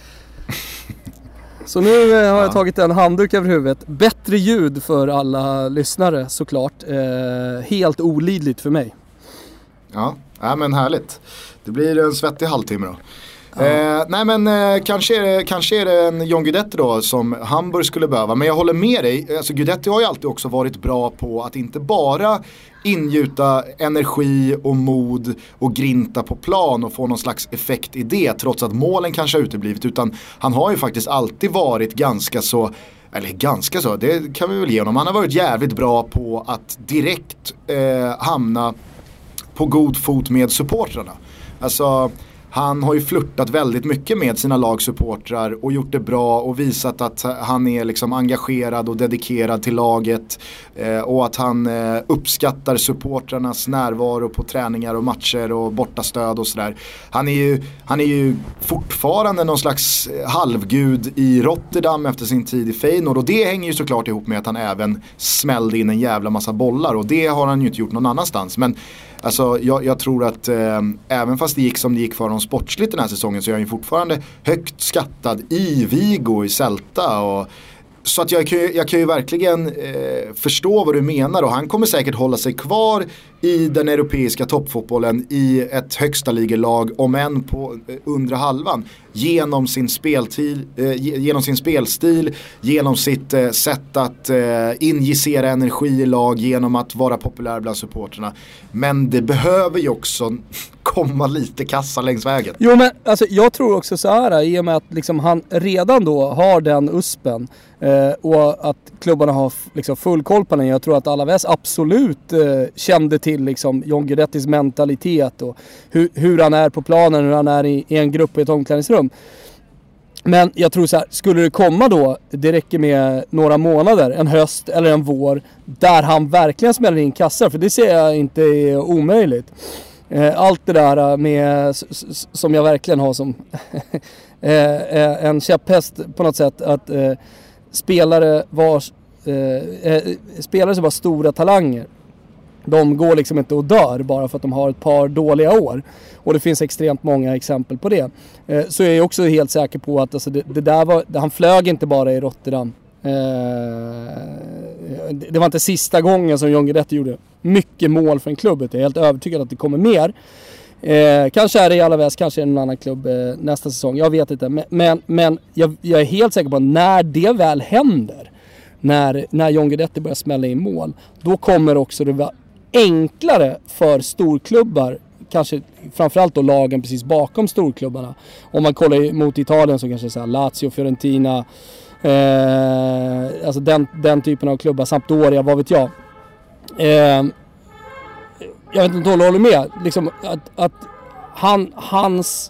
Så nu eh, har jag tagit en handduk över huvudet. Bättre ljud för alla lyssnare såklart. Eh, helt olidligt för mig. Ja, ja, men härligt. Det blir en svettig halvtimme då. Ja. Eh, nej men eh, kanske, är det, kanske är det en John Guidetti då som Hamburg skulle behöva. Men jag håller med dig, alltså Guidetti har ju alltid också varit bra på att inte bara ingjuta energi och mod och grinta på plan och få någon slags effekt i det trots att målen kanske har uteblivit, utan han har ju faktiskt alltid varit ganska så, eller ganska så, det kan vi väl ge honom. Han har varit jävligt bra på att direkt eh, hamna på god fot med supportrarna. Alltså han har ju flirtat väldigt mycket med sina lagsupportrar och gjort det bra och visat att han är liksom engagerad och dedikerad till laget eh, och att han eh, uppskattar supportrarnas närvaro på träningar och matcher och bortastöd och sådär. Han är ju, han är ju fortfarande någon slags halvgud i Rotterdam efter sin tid i Feyenoord, och det hänger ju såklart ihop med att han även smällde in en jävla massa bollar, och det har han ju inte gjort någon annanstans. Men alltså jag, jag tror att eh, även fast det gick som det gick för honom sportsligt den här säsongen, så är han ju fortfarande högt skattad i Vigo, i Celta. Och, så att jag, jag kan ju verkligen eh, förstå vad du menar, och han kommer säkert hålla sig kvar i den europeiska toppfotbollen i ett högsta ligelag, om än på eh, undre halvan, genom sin speltil, eh, genom sin spelstil, genom sitt eh, sätt att eh, injicera energi i lag, genom att vara populär bland supporterna. Men det behöver ju också komma lite kassa längs vägen. Jo, men alltså, jag tror också så här, i och med att liksom, han redan då har den uspen eh, och att klubbarna har liksom, full koll på den. Jag tror att Alaves absolut eh, kände till liksom, John Guidettis mentalitet och hur, hur han är på planen, hur han är i, i en grupp i ett omklädningsrum. Men jag tror så här, skulle det komma då, det räcker med några månader, en höst eller en vår, där han verkligen smäller in kassar, för det ser jag inte är omöjligt. Allt det där med, som jag verkligen har som en käpphäst på något sätt, att spelare var spelare som var stora talanger, de går liksom inte och dör bara för att de har ett par dåliga år. Och det finns extremt många exempel på det. Så jag är också helt säker på att alltså, det, det där var, han flög inte bara i Rotterdam. Det var inte sista gången som John Guidetti gjorde mycket mål för en klubb. Jag är helt övertygad att det kommer mer. Eh, kanske är det i Alaves, kanske är det en annan klubb eh, nästa säsong. Jag vet inte. Men, men, men jag, jag är helt säker på att när det väl händer, när, när John Guidetti börjar smälla in mål, då kommer också det vara enklare för storklubbar, kanske framförallt då lagen precis bakom storklubbarna. Om man kollar mot Italien så kanske så här Lazio, Fiorentina, eh, alltså den, den typen av klubbar, Sampdoria, vad vet jag. Eh, jag vet inte om du håller med. Liksom att, att han, hans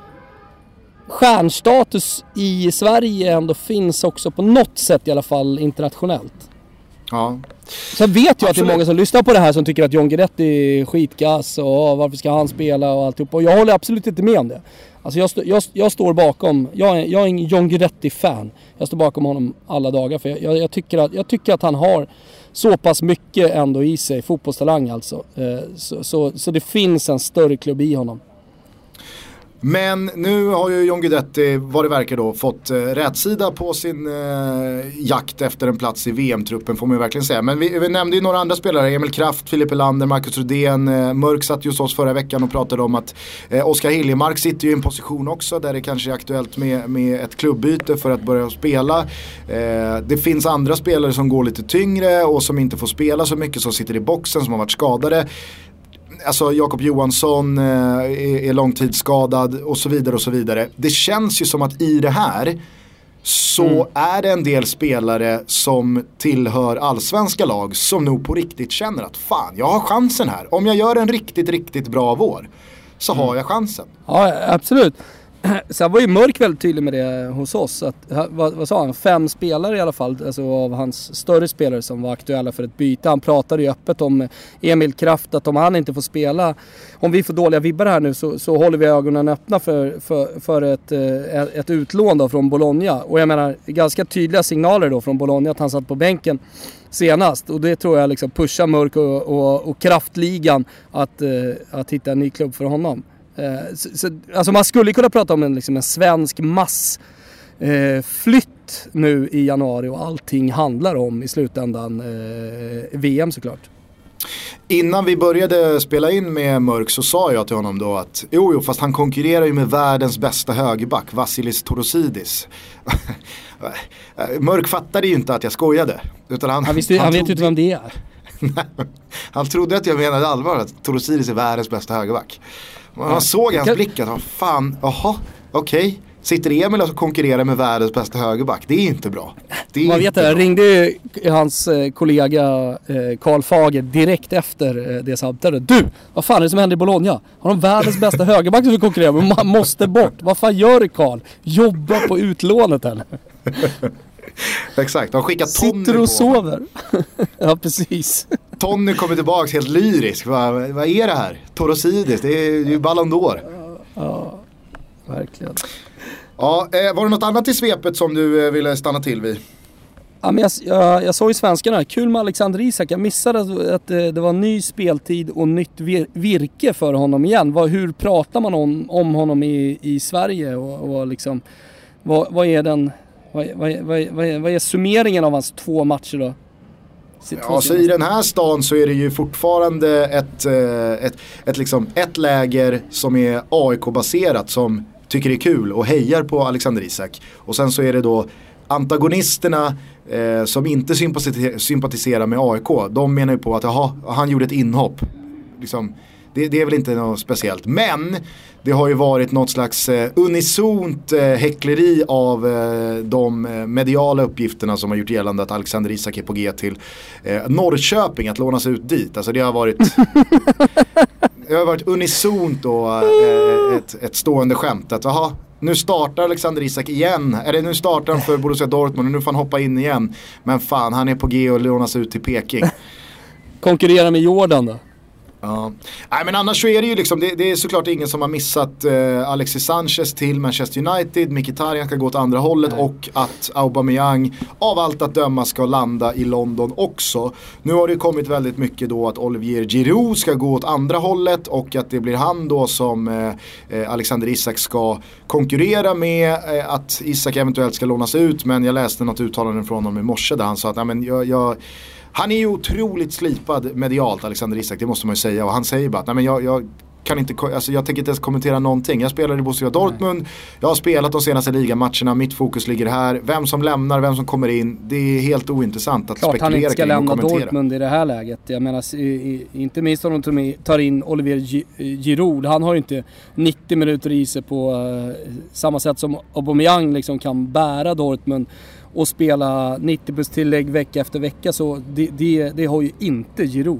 stjärnstatus i Sverige ändå finns också på något sätt i alla fall internationellt. Ja. Sen vet jag Absolut. Att det är många som lyssnar på det här som tycker att John Guidetti är skitgass och åh, varför ska han spela och alltihop. Och jag håller absolut inte med om det. Alltså jag, st- jag, jag står bakom, jag är, jag är en John Guidetti-fan. Jag står bakom honom alla dagar, för jag, jag, jag, tycker att, jag tycker att han har så pass mycket ändå i sig, fotbollstalang alltså. Eh, så, så, så det finns en större klubb i honom. Men nu har ju John Guidetti, vad det verkar då, fått eh, rätsida på sin eh, jakt efter en plats i V M-truppen, får man ju verkligen säga. Men vi, vi nämnde ju några andra spelare, Emil Kraft, Filip Elander, Marcus Rudén. Eh, Mörk satt ju hos oss förra veckan och pratade om att eh, Oskar Hiljemark sitter ju i en position också där det kanske är aktuellt med, med ett klubbyte för att börja spela. Eh, det finns andra spelare som går lite tyngre och som inte får spela så mycket, som sitter i boxen, som har varit skadade. Alltså Jakob Johansson eh, är, är långtidsskadad och så vidare och så vidare. Det känns ju som att i det här så mm. är det en del spelare som tillhör allsvenska lag som nog på riktigt känner att fan, jag har chansen här. Om jag gör en riktigt, riktigt bra vår så mm. har jag chansen. Ja, absolut. Sen var ju Mörk väldigt tydlig med det hos oss. Att, vad, vad sa han? Fem spelare i alla fall, alltså av hans större spelare som var aktuella för ett byte. Han pratade ju öppet om Emil Kraft, att om han inte får spela, om vi får dåliga vibbar här nu, så, så håller vi ögonen öppna för, för, för ett, ett utlån då från Bologna. Och jag menar, ganska tydliga signaler då från Bologna att han satt på bänken senast. Och det tror jag liksom pushar Mörk och, och, och Kraftligan att, att hitta en ny klubb för honom. Uh, så, så, alltså man skulle kunna prata om en, liksom en svensk massflytt uh, nu i januari, och allting handlar om i slutändan uh, V M såklart. Innan vi började spela in med Mörk så sa jag till honom då att jo, jo fast han konkurrerar ju med världens bästa högerback, Vassilis Torosidis. Mörk fattade ju inte att jag skojade. Utan han, han, visste, han, han vet ju inte vem det är. Han trodde att jag menade allvar, att Torosidis är världens bästa högerback. Man ja. såg hans blick att han fan, jaha, okej. Okay. Sitter Emil och konkurrerar med världens bästa högerback. Det är inte bra. Det är Man vet det, jag ringde hans kollega Karl Fager direkt efter det samtalet. Du, vad fan är det som händer i Bologna? Har de världens bästa högerback som vi konkurrerar med? Man måste bort. Vad fan gör du, Karl? Jobba på utlånet eller? Exakt, de skickar Tony. Sitter och sover. Ja, precis. Tony kommer tillbaka helt lyrisk. Vad, vad är det här? Torosidis, det är ju Ballon d'Or. Ja, verkligen. Ja, var det något annat i svepet som du ville stanna till vid? Ja, men jag, jag, jag såg i svenskarna, kul med Alexander Isak. Jag missade att, att det var ny speltid och nytt vir, virke för honom igen. Vad, hur pratar man om, om honom i, i Sverige? Och, och liksom, vad, vad är den... Vad, vad, vad, vad, är, vad är summeringen av hans två matcher då? Ja, så i den här stan så är det ju fortfarande ett, ett, ett, liksom, ett läger som är A I K-baserat som tycker det är kul och hejar på Alexander Isak. Och sen så är det då antagonisterna eh, som inte sympatiserar, sympatiserar med A I K. De menar ju på att aha, han gjorde ett inhopp. Liksom, det, det är väl inte något speciellt. Men det har ju varit något slags eh, unisont eh, häckleri av eh, de eh, mediala uppgifterna som har gjort gällande att Alexander Isak är på G till eh, Norrköping, att lånas ut dit. Alltså det har varit... Det har varit unisont och eh, ett, ett stående skämt att aha, nu startar Alexander Isak igen. Eller nu startar han för Borussia Dortmund och nu får han hoppa in igen. Men fan, han är på G och lånas ut till Peking. Konkurrera med Jordan då? Ja. Nej, men annars så är det ju liksom, det, det är såklart ingen som har missat eh, Alexis Sanchez till Manchester United, Mkhitaryan ska gå åt andra hållet. Nej. Och att Aubameyang av allt att döma ska landa i London också. Nu har det kommit väldigt mycket då att Olivier Giroud ska gå åt andra hållet och att det blir han då som eh, Alexander Isak ska konkurrera med, eh, att Isak eventuellt ska lånas ut, men jag läste något uttalande från honom i morse där han sa att nej, men jag, jag han är ju otroligt slipad medialt, Alexander Isak, det måste man ju säga. Och han säger bara att nej, men jag, jag kan inte, alltså jag tänker inte ens kommentera någonting. Jag spelar i Borussia Dortmund, nej. Jag har spelat de senaste ligamatcherna, mitt fokus ligger här. Vem som lämnar, vem som kommer in, det är helt ointressant att klart spekulera kring och kommentera. Klart han inte ska lämna Dortmund i det här läget. Jag menar, i, i, inte minst om de tar in Olivier Giroud. Han har ju inte nittio minuter i sig på uh, samma sätt som Aubameyang liksom kan bära Dortmund och spela nittio plus tillägg vecka efter vecka, så det, det, det har ju inte Giroud.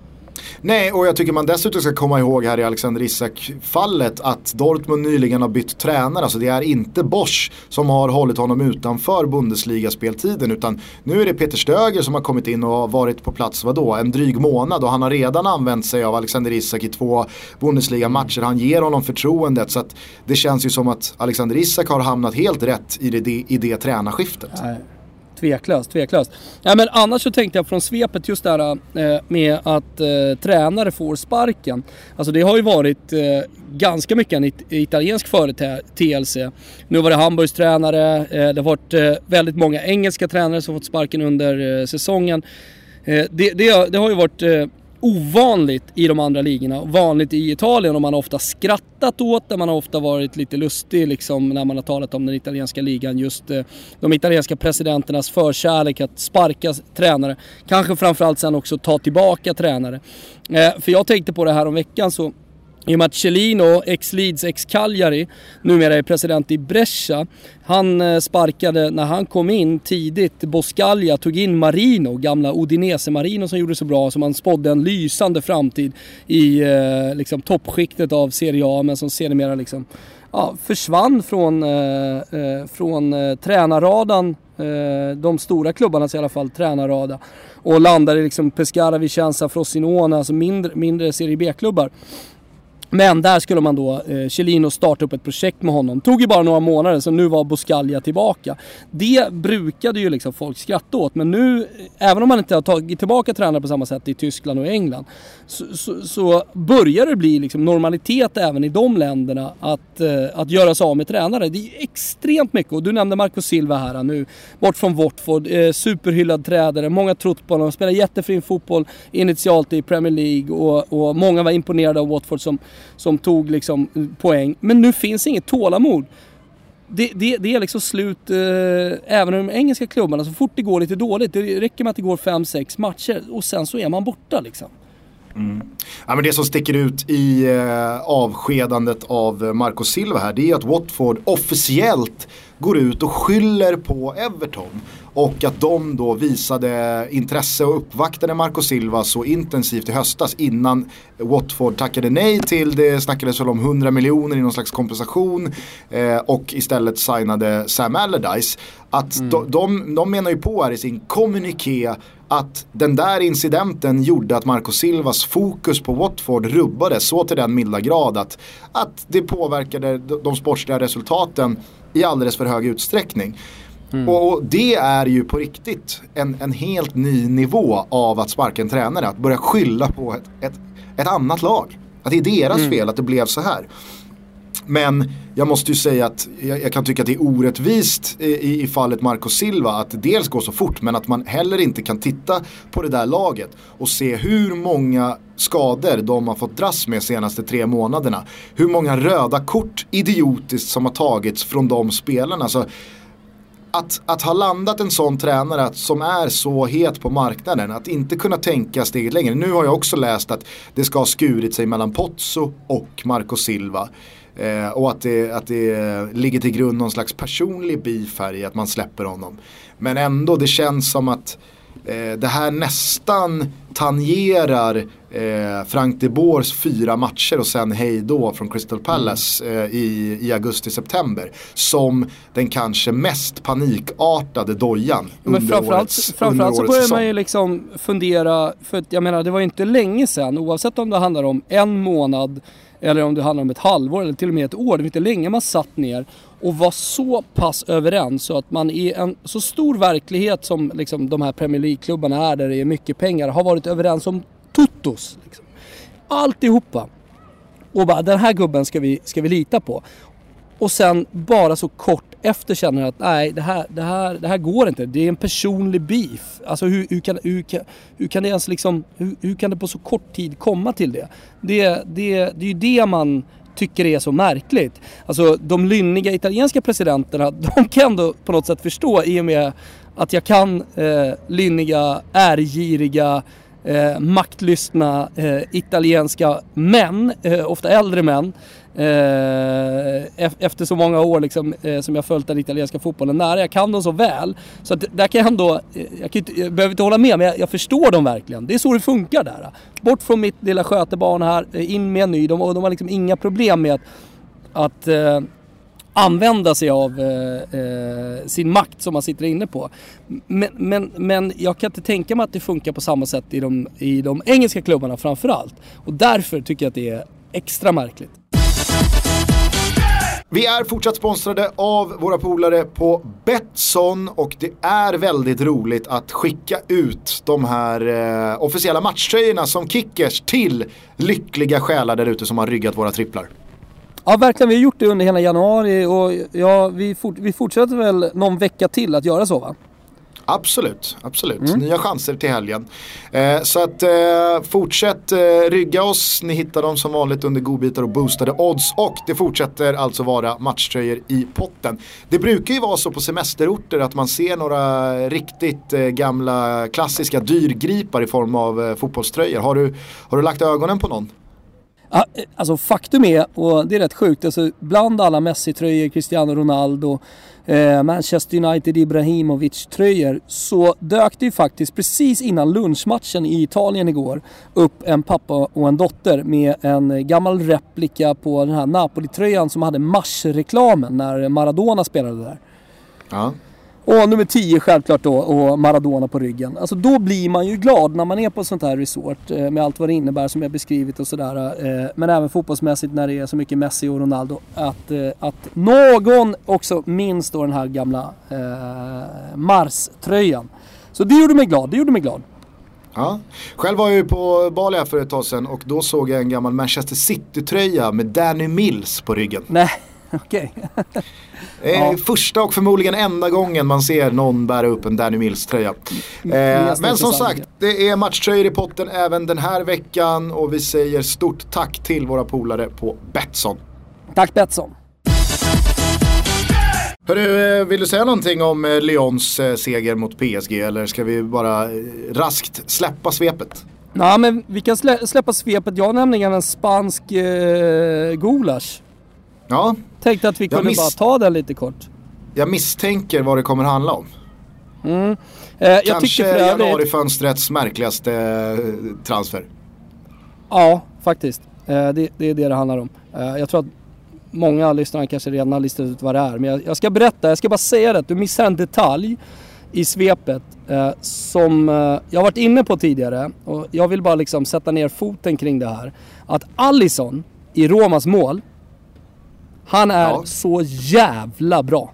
Nej, och jag tycker man dessutom ska komma ihåg här i Alexander Isak-fallet att Dortmund nyligen har bytt tränare. Alltså det är inte Bosch som har hållit honom utanför Bundesliga-speltiden, utan nu är det Peter Stöger som har kommit in och har varit på plats, vadå, en dryg månad, och han har redan använt sig av Alexander Isak i två Bundesliga-matcher. Han ger honom förtroendet, så att det känns ju som att Alexander Isak har hamnat helt rätt i det, i det tränarskiftet. Nej. Tveklöst, tveklöst. Ja, men annars så tänkte jag från svepet just där eh, med att eh, tränare får sparken. Alltså det har ju varit eh, ganska mycket en it- italiensk företeelse. Nu var det Hamburgs tränare, eh, det har varit eh, väldigt många engelska tränare som fått sparken under eh, säsongen. Eh, det, det, det har ju varit eh, ovanligt i de andra ligorna. Vanligt i Italien, och man har ofta skrattat åt det. Man har ofta varit lite lustig liksom, när man har talat om den italienska ligan. Just eh, de italienska presidenternas förkärlek att sparka tränare. Kanske framförallt sen också ta tillbaka tränare. Eh, för jag tänkte på det här om veckan, så i och med att Cellino, ex-Leeds, ex-Cagliari, numera är president i Brescia. Han sparkade, när han kom in tidigt, Boscaglia, tog in Marino, gamla Udinese Marino som gjorde så bra, som han spådde en lysande framtid i eh, liksom, toppskiktet av Serie A, men som sedermera liksom, ja, försvann från, eh, eh, från eh, tränarradan, eh, de stora klubbarnas i alla fall tränarrada, och landade i liksom Pescara, Vicenza, Frosinone, alltså mindre, mindre Serie B-klubbar. Men där skulle man då, eh, Chiellino starta upp ett projekt med honom. Tog ju bara några månader, så nu var Buscaglia tillbaka. Det brukade ju liksom folk skratta åt, men nu, även om man inte har tagit tillbaka tränare på samma sätt i Tyskland och England, så, så, så börjar det bli liksom normalitet även i de länderna att, eh, att göra sig av med tränare. Det är extremt mycket, och du nämnde Marco Silva här nu, bort från Watford, eh, superhyllad tränare, många trott på honom, spelar jättefin fotboll initialt i Premier League, och, och många var imponerade av Watford som som tog liksom poäng. Men nu finns inget tålamod. Det, det, det är liksom slut eh, även i de engelska klubbarna. Så fort det går lite dåligt, det räcker med att det går fem sex matcher och sen så är man borta liksom. Mm. Ja, men det som sticker ut i eh, avskedandet av Marco Silva här, det är att Watford officiellt går ut och skyller på Everton, och att de då visade intresse och uppvaktade Marco Silva så intensivt i höstas innan Watford tackade nej till det. Snackades väl om hundra miljoner i någon slags kompensation eh, och istället signade Sam Allardyce. Att mm. de, de, de menar ju på här i sin kommuniké att den där incidenten gjorde att Marco Silvas fokus på Watford rubbades så till den milda grad att, att det påverkade de, de sportsliga resultaten i alldeles för hög utsträckning. Mm. Och, och det är ju på riktigt en, en helt ny nivå av att sparka en tränare, att börja skylla på ett, ett, ett annat lag. Att det är deras mm. fel att det blev så här. Men jag måste ju säga att jag, jag kan tycka att det är orättvist i, i fallet Marco Silva att dels gå så fort, men att man heller inte kan titta på det där laget och se hur många skador de har fått dras med senaste tre månaderna. Hur många röda kort idiotiskt som har tagits från de spelarna. Alltså, Att, att ha landat en sån tränare att, som är så het på marknaden, att inte kunna tänka steget längre. Nu har jag också läst att det ska ha skurit sig mellan Pozzo och Marco Silva. Eh, och att det, att det ligger till grund någon slags personlig beef här i att man släpper honom. Men ändå, det känns som att eh, det här nästan tangerar eh, Frank de Boers fyra matcher och sen hej då från Crystal Palace eh, i, i augusti-september som den kanske mest panikartade dojan. Men under framförallt, årets, framförallt under så börjar säsong. man ju liksom fundera, för att jag menar det var ju inte länge sedan, oavsett om det handlar om en månad eller om det handlar om ett halvår eller till och med ett år, det var inte länge man satt ner och var så pass överens så att man i en så stor verklighet som liksom de här Premier League-klubbarna är, där det är mycket pengar, har varit överens om tuttos. Liksom. Alltihopa. Och bara, den här gubben ska vi, ska vi lita på. Och sen bara så kort efter känner att nej, det här, det här, det här går inte. Det är en personlig beef. Alltså hur, hur, kan, hur, kan, hur kan det ens liksom, hur, hur kan det på så kort tid komma till det? Det, det, det är ju det man tycker är så märkligt. Alltså de lynniga italienska presidenterna, de kan ändå på något sätt förstå, i och med att jag kan eh, lynniga, ärgiriga, eh, maktlystna eh, italienska män, eh, ofta äldre män, eh, efter så många år liksom, eh, som jag följt den italienska fotbollen nära. Jag kan dem så väl. Så att där kan jag ändå, jag, kan inte, jag behöver inte hålla med, men jag, jag förstår dem verkligen. Det är så det funkar där. Bort från mitt lilla skötebarn här, in med en ny. De, de har liksom inga problem med att, att eh, använda sig av eh, eh, sin makt som man sitter inne på. Men, men, men jag kan inte tänka mig att det funkar på samma sätt i de, i de engelska klubbarna framförallt. Och därför tycker jag att det är extra märkligt. Vi är fortsatt sponsrade av våra polare på Betsson, och det är väldigt roligt att skicka ut de här eh, officiella matchtröjorna som kickers till lyckliga själar där ute som har ryggat våra tripplar. Ja, verkligen. Vi har gjort det under hela januari och ja, vi, fort, vi fortsätter väl någon vecka till att göra så, va? Absolut, absolut. Mm. Nya chanser till helgen. Eh, så att eh, fortsätt eh, rygga oss. Ni hittar dem som vanligt under godbitar och boostade odds. Och det fortsätter alltså vara matchtröjor i potten. Det brukar ju vara så på semesterorter att man ser några riktigt eh, gamla klassiska dyrgripar i form av eh, fotbollströjor. Har du, har du lagt ögonen på någon? Ja, alltså faktum är, och det är rätt sjukt, alltså bland alla Messi-tröjor, Cristiano Ronaldo, eh, Manchester United, Ibrahimovic-tröjor, så dök det ju faktiskt precis innan lunchmatchen i Italien igår upp en pappa och en dotter med en gammal replika på den här Napoli-tröjan som hade Mars-reklamen när Maradona spelade där. Ja. Och nummer tio självklart då, och Maradona på ryggen. Alltså då blir man ju glad när man är på sånt här resort eh, med allt vad det innebär som jag beskrivit och sådär. Eh, men även fotbollsmässigt när det är så mycket Messi och Ronaldo. Att, eh, att någon också minns då den här gamla eh, Mars-tröjan. Så det gjorde mig glad, det gjorde mig glad. Ja. Själv var jag ju på Bali här för ett tag sedan och då såg jag en gammal Manchester City-tröja med Danny Mills på ryggen. Nej, okej. Okay. Ja. Första och förmodligen enda gången man ser någon bära upp en Danny Mills-tröja. Eh, men som sagt, det är matchtröjor i potten även den här veckan och vi säger stort tack till våra polare på Betsson. Tack Betsson. Hörru, vill du säga någonting om Lyons seger mot P S G eller ska vi bara raskt släppa svepet? Ja, men vi kan slä- släppa svepet. Jag har nämligen en spansk eh, gulasch. Ja. Tänkte att vi kunde miss- bara ta den lite kort. Jag misstänker vad det kommer handla om. Mm. Eh, jag Kanske för övrigt... januarifönstrets märkligaste transfer. Ja, faktiskt. Eh, det, det är det det handlar om. Eh, jag tror att många lyssnare kanske redan har listat ut vad det är. Men jag, jag ska berätta, jag ska bara säga det. Du missar en detalj i svepet eh, som eh, jag varit inne på tidigare. Och jag vill bara liksom sätta ner foten kring det här. Att Alisson i Romas mål, han är ja. så jävla bra.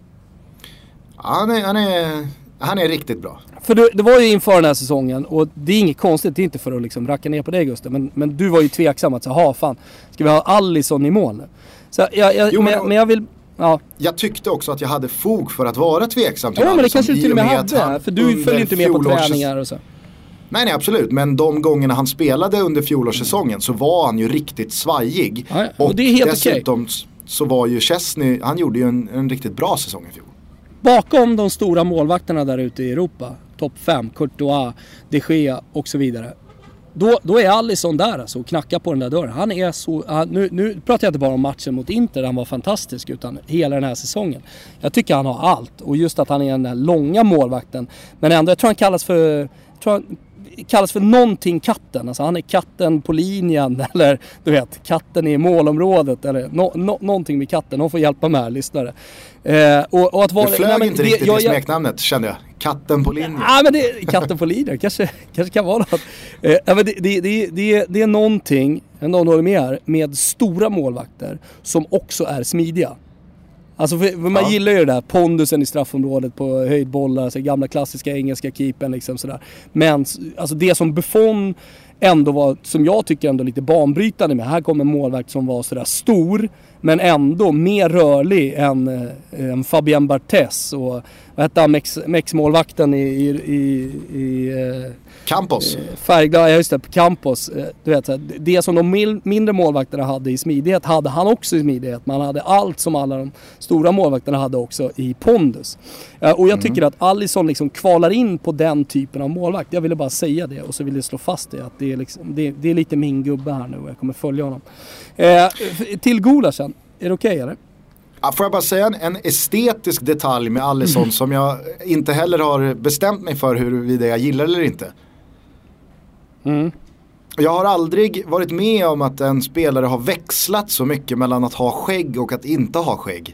Han är, han är, han är riktigt bra. För det, det var ju inför den här säsongen och det är inget konstigt, det är inte för att liksom racka ner på dig Gustav, men, men du var ju tveksam att säga, ha fan, ska vi ha Alisson i mål nu? Så jag, jag, jo, men, men, men jag vill... Ja. Jag tyckte också att jag hade fog för att vara tveksam till ja, Alisson. Men det kanske du till och med hade, för du följer inte med på träningar och så. Nej, nej, absolut. Men de gångerna han spelade under fjolårssäsongen så var han ju riktigt svajig. Ja, ja. Och, och det är helt dessutom okej. Så var ju Chesney, han gjorde ju en, en riktigt bra säsong i fjol. Bakom de stora målvakterna där ute i Europa, topp fem, Courtois, De Gea och så vidare. Då, då är Alisson där alltså och knackar på den där dörren. Han är så, han, nu, nu pratar jag inte bara om matchen mot Inter, han var fantastisk, utan hela den här säsongen. Jag tycker han har allt, och just att han är den där långa målvakten. Men ändå, jag tror han kallas för, jag tror han kallas för någonting katten. Alltså han är katten på linjen, eller du vet, katten i målområdet, eller no, no, någonting med katten. De får hjälpa med här, lyssnare. Eh, och, och att vara, det flög nej, men, inte det, riktigt jag, i smeknamnet, kände jag. Katten på linjen. Ja, men det, katten på linjen, kanske, kanske kan vara något. Eh, men det, det, det, det, det är någonting, någon håller med här, med stora målvakter som också är smidiga. Alltså för, för man ja. gillar ju det där pondusen i straffområdet på höjdbollar, alltså gamla klassiska engelska keepern liksom sådär. Men alltså det som Buffon ändå var, som jag tycker ändå lite banbrytande med, här kom en målvakt som var sådär stor men ändå mer rörlig än, än Fabien Barthez och vad hette han, Mex, Mex-målvakten i, i, i, i Campos. Färgglad, ja just det, Campos. Du vet, det som de mindre målvakterna hade i smidighet hade han också i smidighet. Man hade allt som alla de stora målvakterna hade också i pondus. Och jag tycker mm. att Alisson liksom kvalar in på den typen av målvakt. Jag ville bara säga det och så vill jag slå fast det. Att det, är liksom, det, det är lite min gubbe här nu och jag kommer följa honom. Eh, till Gulaschen, är det okej okay, eller? Ja, får jag bara säga en, en estetisk detalj med Alisson mm. som jag inte heller har bestämt mig för huruvida jag gillar eller inte. Mm. Jag har aldrig varit med om att en spelare har växlat så mycket mellan att ha skägg och att inte ha skägg.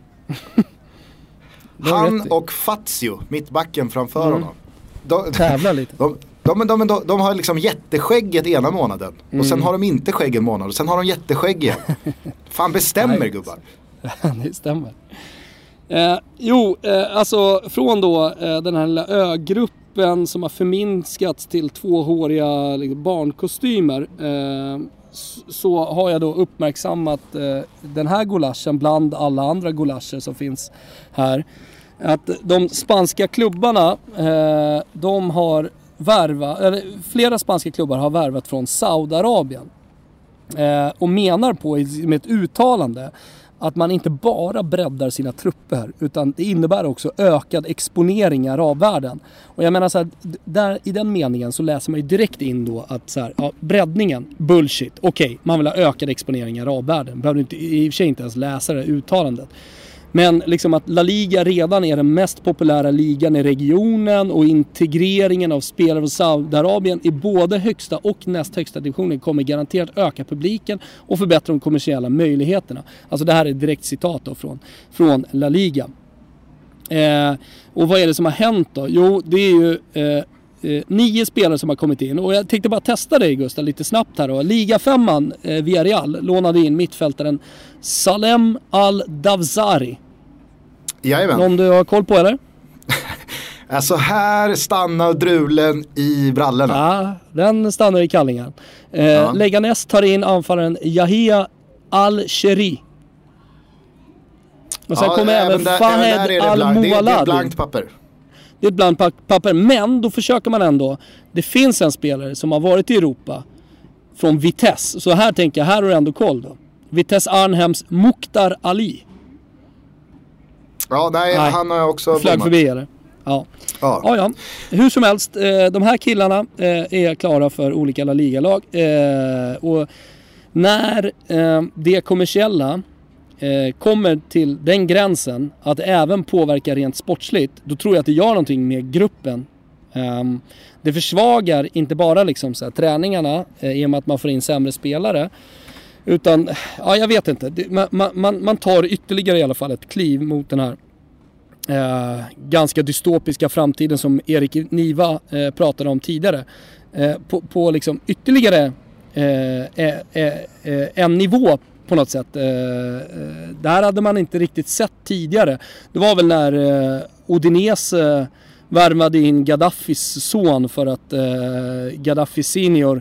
Han och Fazio, mittbacken framför mm. honom. De, Tävlar lite. De, de, de, de, de har liksom jätteskägget ena månaden. Mm. Och sen har de inte skägg en månad. Och sen har de jätteskägg igen. Fan, bestämmer Nej, gubbar. Det stämmer. Eh, jo, eh, alltså från då eh, den här lilla ögruppen som har förminskats till tvåhåriga liksom, barnkostymer eh, så, så har jag då uppmärksammat eh, den här gulaschen bland alla andra gulascher som finns här. Att de spanska klubbarna eh, de har värvat, eller flera spanska klubbar har värvat från Saudiarabien eh, och menar på med ett uttalande att man inte bara breddar sina trupper utan det innebär också ökad exponering i arabvärlden. Och jag menar så här, där, i den meningen så läser man ju direkt in då att så här, ja, breddningen, bullshit, okej, okay, man vill ha ökad exponering i arabvärlden. Behöver inte, i och för sig inte ens läsa det uttalandet. Men liksom att La Liga redan är den mest populära ligan i regionen och integreringen av spelare från Saudiarabien i både högsta och näst högsta divisionen kommer garanterat öka publiken och förbättra de kommersiella möjligheterna. Alltså det här är ett direkt citat då från, från La Liga. Eh, och vad är det som har hänt då? Jo, det är ju eh, eh, nio spelare som har kommit in. Och jag tänkte bara testa dig, Gustav, lite snabbt här då. Liga femman, eh, Villarreal, lånade in mittfältaren Salem Al-Davzari. Jajamän. Någon du har koll på, eller? Alltså här stannar drulen i brallorna. Ja, den stannar i kallingen. Eh, Ja. Leganes tar in anfallaren Yahia Al-Sheri. Och sen Ja, kommer även där- Fahed även där är det blankt. Det är- Det är Al-Muwalad. blankt papper. Det är ett blankt pa- papper, men då försöker man ändå. Det finns en spelare som har varit i Europa från Vitesse. Så här tänker jag, här har du ändå koll då. Vitesse Arnhems Mukhtar Ali. Ja, nej, Nej. han har jag också Flög bommat. förbi, eller? Ja. Ja. Ja, ja. Hur som helst, eh, de här killarna eh, är klara för olika La Liga-lag. Eh, och när eh, det kommersiella eh, kommer till den gränsen att det även påverkar rent sportsligt, då tror jag att det gör någonting med gruppen. Um, det försvagar inte bara liksom så här, träningarna eh, i och med att man får in sämre spelare, utan, ja, jag vet inte. Det, man, man, man tar ytterligare i alla fall ett kliv mot den här Eh, ganska dystopiska framtiden som Erik Niva eh, pratade om tidigare. Eh, på, på liksom ytterligare eh, eh, eh, en nivå på något sätt. Eh, eh, där hade man inte riktigt sett tidigare. Det var väl när eh, Udinese eh, värmade in Gaddafis son för att eh, Gaddafi senior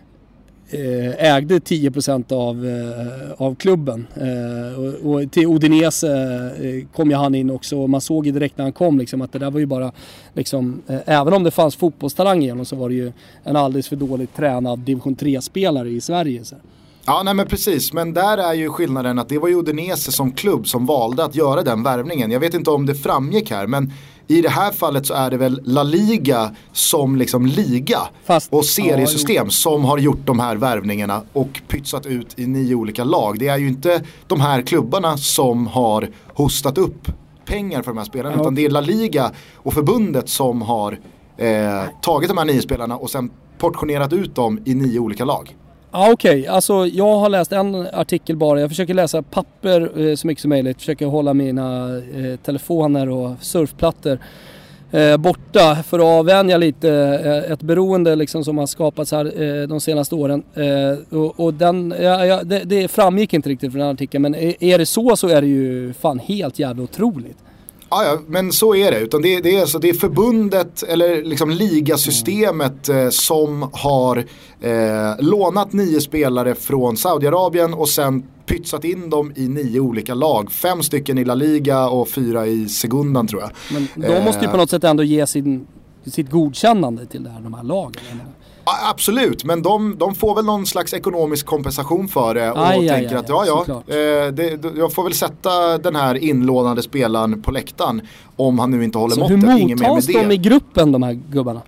ägde tio procent av, av klubben. Och, och till Udinese kom ju han in också, och man såg ju direkt när han kom liksom, att det där var ju bara liksom, även om det fanns fotbollstalang igenom, så var det ju en alldeles för dåligt tränad division tre-spelare i Sverige. Så. Ja, nej men precis. Men där är ju skillnaden att det var ju Udinese som klubb som valde att göra den värvningen. Jag vet inte om det framgick här, men i det här fallet så är det väl La Liga som liksom liga Fast, och seriesystem ja, som har gjort de här värvningarna och pytsat ut i nio olika lag. Det är ju inte de här klubbarna som har hostat upp pengar för de här spelarna, ja. utan det är La Liga och förbundet som har eh, tagit de här nio spelarna och sen portionerat ut dem i nio olika lag. Ja, okej. Okay. Alltså, jag har läst en artikel bara. Jag försöker läsa papper eh, så mycket som möjligt. Försöker hålla mina eh, telefoner och surfplattor eh, borta för att avvänja lite eh, ett beroende liksom, som har skapats här eh, de senaste åren. Eh, och, och den, ja, ja, det, det framgick inte riktigt från den artikeln, men är, är det så så är det ju fan helt jävla otroligt. Ja, ja, men så är det. Utan det, det, är, alltså, det är förbundet eller liksom ligasystemet eh, som har eh, lånat nio spelare från Saudiarabien och sen pytsat in dem i nio olika lag. Fem stycken i La Liga och fyra i Segundan, tror jag. Men de måste ju på något sätt ändå ge sin, sitt godkännande till det här, de här lagen. Ja, absolut, men de, de får väl någon slags ekonomisk kompensation för det och aj, tänker aj, aj, att ja, ja, såklart. eh, det, jag får väl sätta den här inlånade spelaren på läktaren om han nu inte håller Så måttet. hur Ingen mer med mottas det. de i gruppen, de här gubbarna?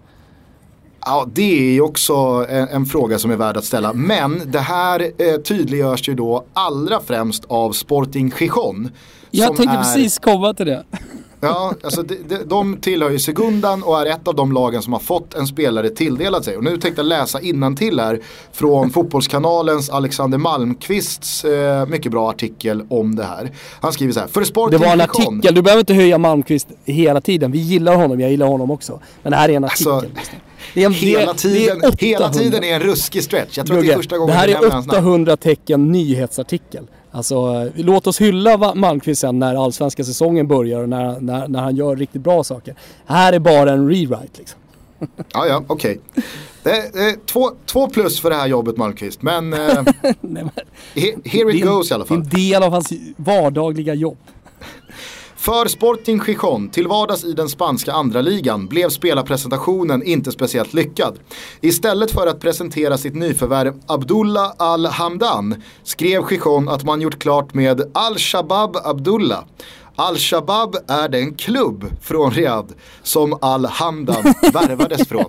Ja, det är ju också en, en fråga som är värd att ställa. Men det här eh, tydliggörs ju då allra främst av Sporting Gijón. Jag tänkte är, precis komma till det. Ja, alltså de, de, de tillhör ju Segundan och är ett av de lagen som har fått en spelare tilldelat sig. Och nu tänkte jag läsa innantill här från Fotbollskanalens Alexander Malmqvists eh, mycket bra artikel om det här. Han skriver så här: för Sporting Det var en Gijón, artikel, du behöver inte höja Malmqvist hela tiden. Vi gillar honom, jag gillar honom också. Men det här är en artikel. Alltså, det är en, hela, det, tiden, det är hela åttahundra. tiden är en ruskig stretch. Jag tror att det är första gången det här vi nämner är hans namn. åttahundra tecken nyhetsartikel. Alltså, låt oss hylla Malmqvist sen när allsvenska säsongen börjar och när, när, när han gör riktigt bra saker. Här är bara en rewrite liksom. Ja, ja, okej. Okay. Det är två, två plus för det här jobbet, Malmqvist. Men, eh, Nej, men he, here it det är, goes i alla fall. Det är en del av hans vardagliga jobb. För Sporting Gijón, till vardags i den spanska andra ligan, blev spelarpresentationen inte speciellt lyckad. Istället för att presentera sitt nyförvärv Abdullah Al-Hamdan skrev Gijón att man gjort klart med Al-Shabab Abdullah. Al-Shabab är den klubb från Riyadh som Al-Hamdan värvades från.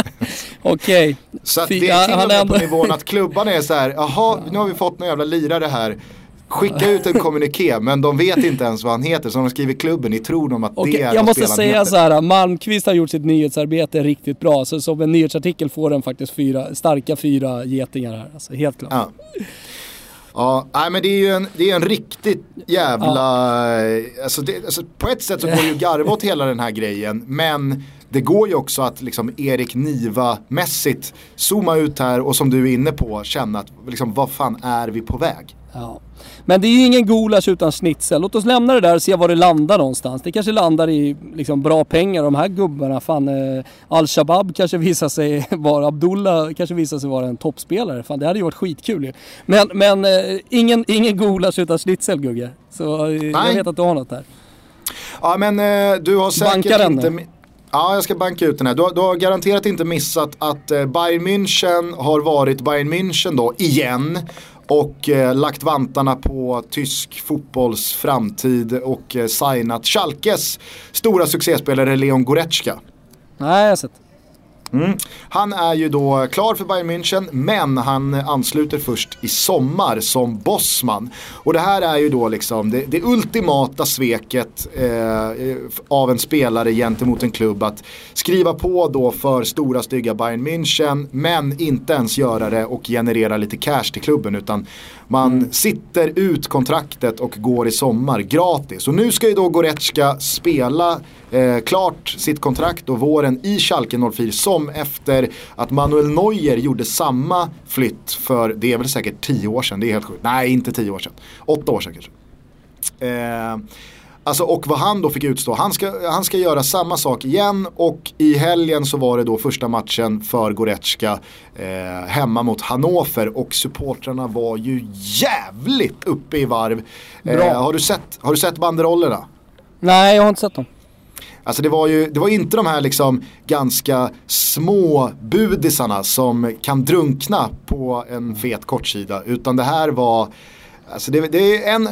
Okej. Så att Fy- det är till han och med ändå- på nivån att klubbarna är så här: jaha, nu har vi fått någon jävla lirare här. Skicka ut en kommuniké, men de vet inte ens vad han heter, så de skriver klubben i tron om att Okej, det är jag vad måste spelaren säga heter. så här, Malmqvist har gjort sitt nyhetsarbete riktigt bra. Så som en nyhetsartikel får den faktiskt fyra, starka fyra getingar här. Alltså, helt klart. Ja. Ja, nej, men det är ju en, det är en riktigt jävla... Ja. Alltså, det, alltså på ett sätt så går det ju garva åt hela den här grejen. Men det går ju också att liksom Erik Niva-mässigt zooma ut här och som du är inne på känna att liksom, vad fan är vi på väg? Ja. Men det är ju ingen gulasch utan schnitzel. Låt oss lämna det där och se var det landar någonstans. Det kanske landar i liksom bra pengar. De här gubbarna, fan, eh, Al-Shabaab kanske visar sig vara, Abdullah kanske visar sig vara en toppspelare. Fan, det hade ju varit skitkul ju. Men, men eh, ingen, ingen gulasch utan schnitzel, Gugge. Så eh, jag vet att du har något där. Ja, men eh, du har säkert Banka inte... den. Ja, jag ska banka ut den här. Du har, du har garanterat inte missat att eh, Bayern München har varit Bayern München då, igen. Och eh, lagt vantarna på tysk fotbolls framtid och eh, signat Schalkes stora succéspelare Leon Goretzka. Nej, jag har sett. Mm. Han är ju då klar för Bayern München, men han ansluter först i sommar som bossman. Och det här är ju då liksom det, det ultimata sveket eh, av en spelare gentemot en klubb, att skriva på då för stora stygga Bayern München, men inte ens göra det och generera lite cash till klubben, utan man mm. sitter ut kontraktet och går i sommar gratis. Och nu ska ju då Goretzka spela eh, klart sitt kontrakt och våren i Schalke noll fyra, som efter att Manuel Neuer gjorde samma flytt för, det är väl säkert tio år sedan, det är helt sjukt. Nej, inte tio år sedan. Åtta år sedan kanske. Eh, alltså, och vad han då fick utstå. Han ska, han ska göra samma sak igen, och i helgen så var det då första matchen för Goretzka eh, hemma mot Hannover, och supportrarna var ju jävligt uppe i varv. Eh, har, du sett, har du sett banderollerna? Nej, jag har inte sett dem. Alltså det var ju det var inte de här liksom ganska små budisarna som kan drunkna på en fet kortsida, utan det här var, alltså det, det är en,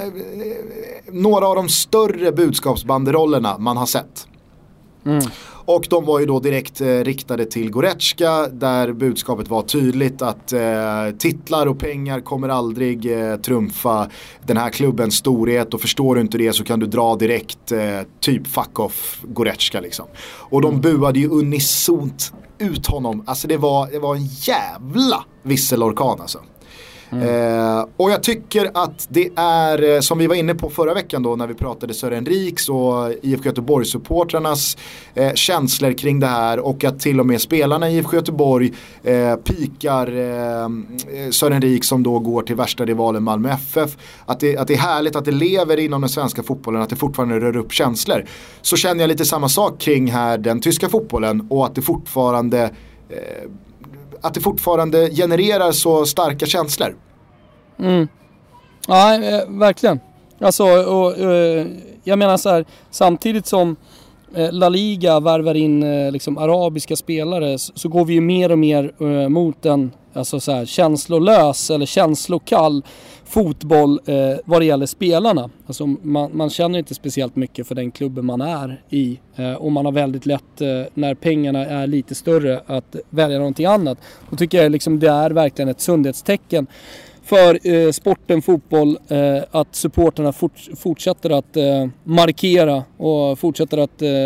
några av de större budskapsbanderollerna man har sett. Mm. Och de var ju då direkt eh, riktade till Goretzka, där budskapet var tydligt att eh, titlar och pengar kommer aldrig eh, trumfa den här klubbens storhet, och förstår du inte det så kan du dra direkt eh, typ fuck off Goretzka liksom. Och de buade ju unisont ut honom. Alltså det var, det var en jävla visselorkan alltså. Mm. Eh, och jag tycker att det är, som vi var inne på förra veckan då när vi pratade Sören Riks och I F K Göteborg-supportrarnas eh, känslor kring det här, och att till och med spelarna i I F K Göteborg eh, pikar eh, Sören Riks som då går till värsta rivalen Malmö F F, att det, att det är härligt att det lever inom den svenska fotbollen, att det fortfarande rör upp känslor. Så känner jag lite samma sak kring här den tyska fotbollen, och att det fortfarande eh, att det fortfarande genererar så starka känslor. Mm. Ja, eh, verkligen. Alltså, och, eh, jag menar så här, samtidigt som eh, La Liga värvar in eh, liksom arabiska spelare, så, så går vi ju mer och mer eh, mot en alltså så här, känslolös eller känslokall fotboll eh, vad det gäller spelarna. Alltså man, man känner inte speciellt mycket för den klubben man är i, eh, och man har väldigt lätt eh, när pengarna är lite större att välja någonting annat. Då tycker jag liksom det är verkligen ett sundhetstecken för eh, sporten fotboll eh, att supporterna fort, fortsätter att eh, markera och fortsätter att eh,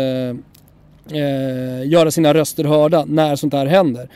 eh, göra sina röster hörda när sånt här händer.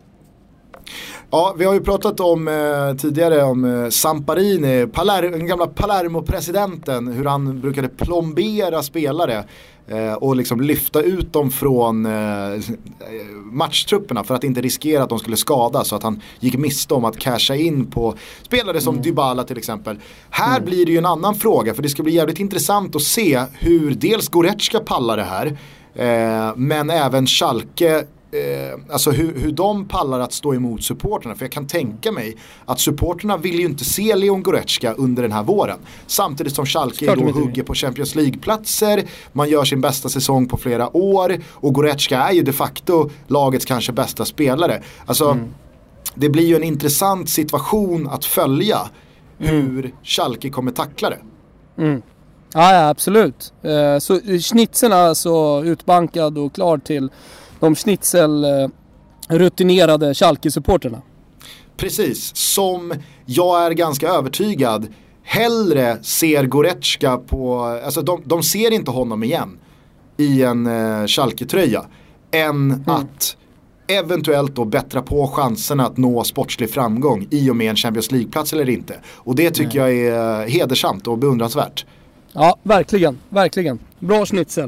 Ja, vi har ju pratat om eh, tidigare om eh, Samparini, Paler- den gamla Palermo-presidenten, hur han brukade plombera spelare eh, och liksom lyfta ut dem från eh, matchtrupperna för att inte riskera att de skulle skada, så att han gick miste om att casha in på spelare som mm. Dybala till exempel. Här mm. blir det ju en annan fråga, för det ska bli jävligt intressant att se hur dels Goretzka pallar det här, eh, men även Schalke. Eh, alltså hur, hur de pallar att stå emot supporterna. För jag kan tänka mig att supporterna vill ju inte se Leon Goretzka under den här våren. Samtidigt som Schalke då hugger på Champions League-platser. Man gör sin bästa säsong på flera år. Och Goretzka är ju de facto lagets kanske bästa spelare. Alltså mm. det blir ju en intressant situation att följa hur mm. Schalke kommer tackla det. Mm. Ja, ja, absolut. Eh, så Schnitzeln är alltså utbankad och klar till de schnitzel rutinerade Schalke-supporterna. Precis, som jag är ganska övertygad hellre ser Goretzka på, alltså de, de ser inte honom igen i en uh, Schalke-tröja än mm. att eventuellt då bättra på chanserna att nå sportslig framgång i och med en Champions League-plats eller inte. Och det tycker Nej. jag är hedersamt och beundransvärt. Ja, verkligen, verkligen. Bra schnitzel.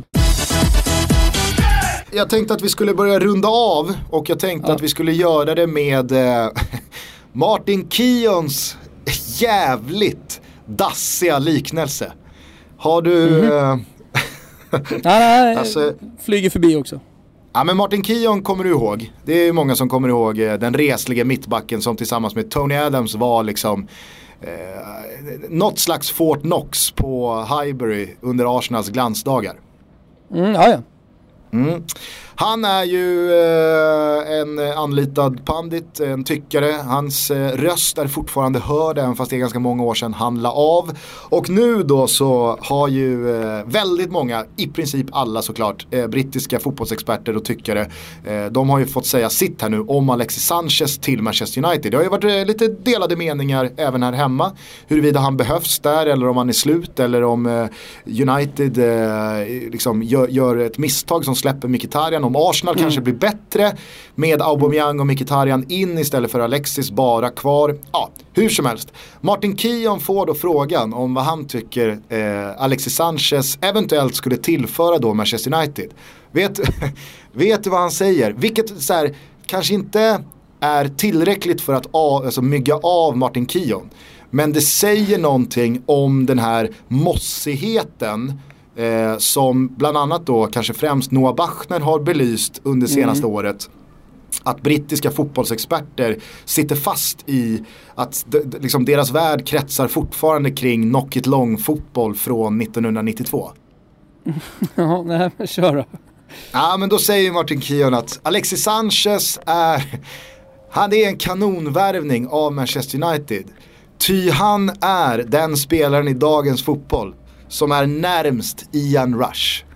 Jag tänkte att vi skulle börja runda av och jag tänkte ja. att vi skulle göra det med eh, Martin Keons jävligt dassiga liknelse. Har du... Mm-hmm. Eh, nej, nej, alltså, flyger förbi också. Ja, men Martin Keon kommer du ihåg. Det är många som kommer ihåg eh, den resliga mittbacken som tillsammans med Tony Adams var liksom eh, något slags Fort Knox på Highbury under Arsenals glansdagar. Mm, ja, ja. Mm. Han är ju eh, en anlitad pandit, en tyckare. Hans eh, röst är fortfarande hörd även fast det är ganska många år sedan han la av. Och nu då så har ju eh, väldigt många, i princip alla såklart, eh, brittiska fotbollsexperter och tyckare. Eh, de har ju fått säga sitt här nu om Alexis Sanchez till Manchester United. Det har ju varit eh, lite delade meningar även här hemma. Huruvida han behövs där eller om han är slut eller om eh, United eh, liksom gör, gör ett misstag som släpper Mkhitaryan. Om Arsenal mm. kanske blir bättre med Aubameyang och Mkhitaryan in istället för Alexis bara kvar. Ja, hur som helst. Martin Keon får då frågan om vad han tycker eh, Alexis Sanchez eventuellt skulle tillföra då Manchester United. Vet, vet du vad han säger? Vilket så här, kanske inte är tillräckligt för att a, alltså, mygga av Martin Keon. Men det säger någonting om den här mossigheten Eh, som bland annat då kanske främst Noah Bachner har belyst under senaste mm. året. Att brittiska fotbollsexperter sitter fast i att d- d- liksom deras värld kretsar fortfarande kring knock it long fotboll från nittonhundranittiotvå. Ja, nej men kör då. Ja, men då säger Martin Keon att Alexis Sanchez är han är en kanonvärvning av Manchester United. Ty han är den spelaren i dagens fotboll som är närmst Ian Rush.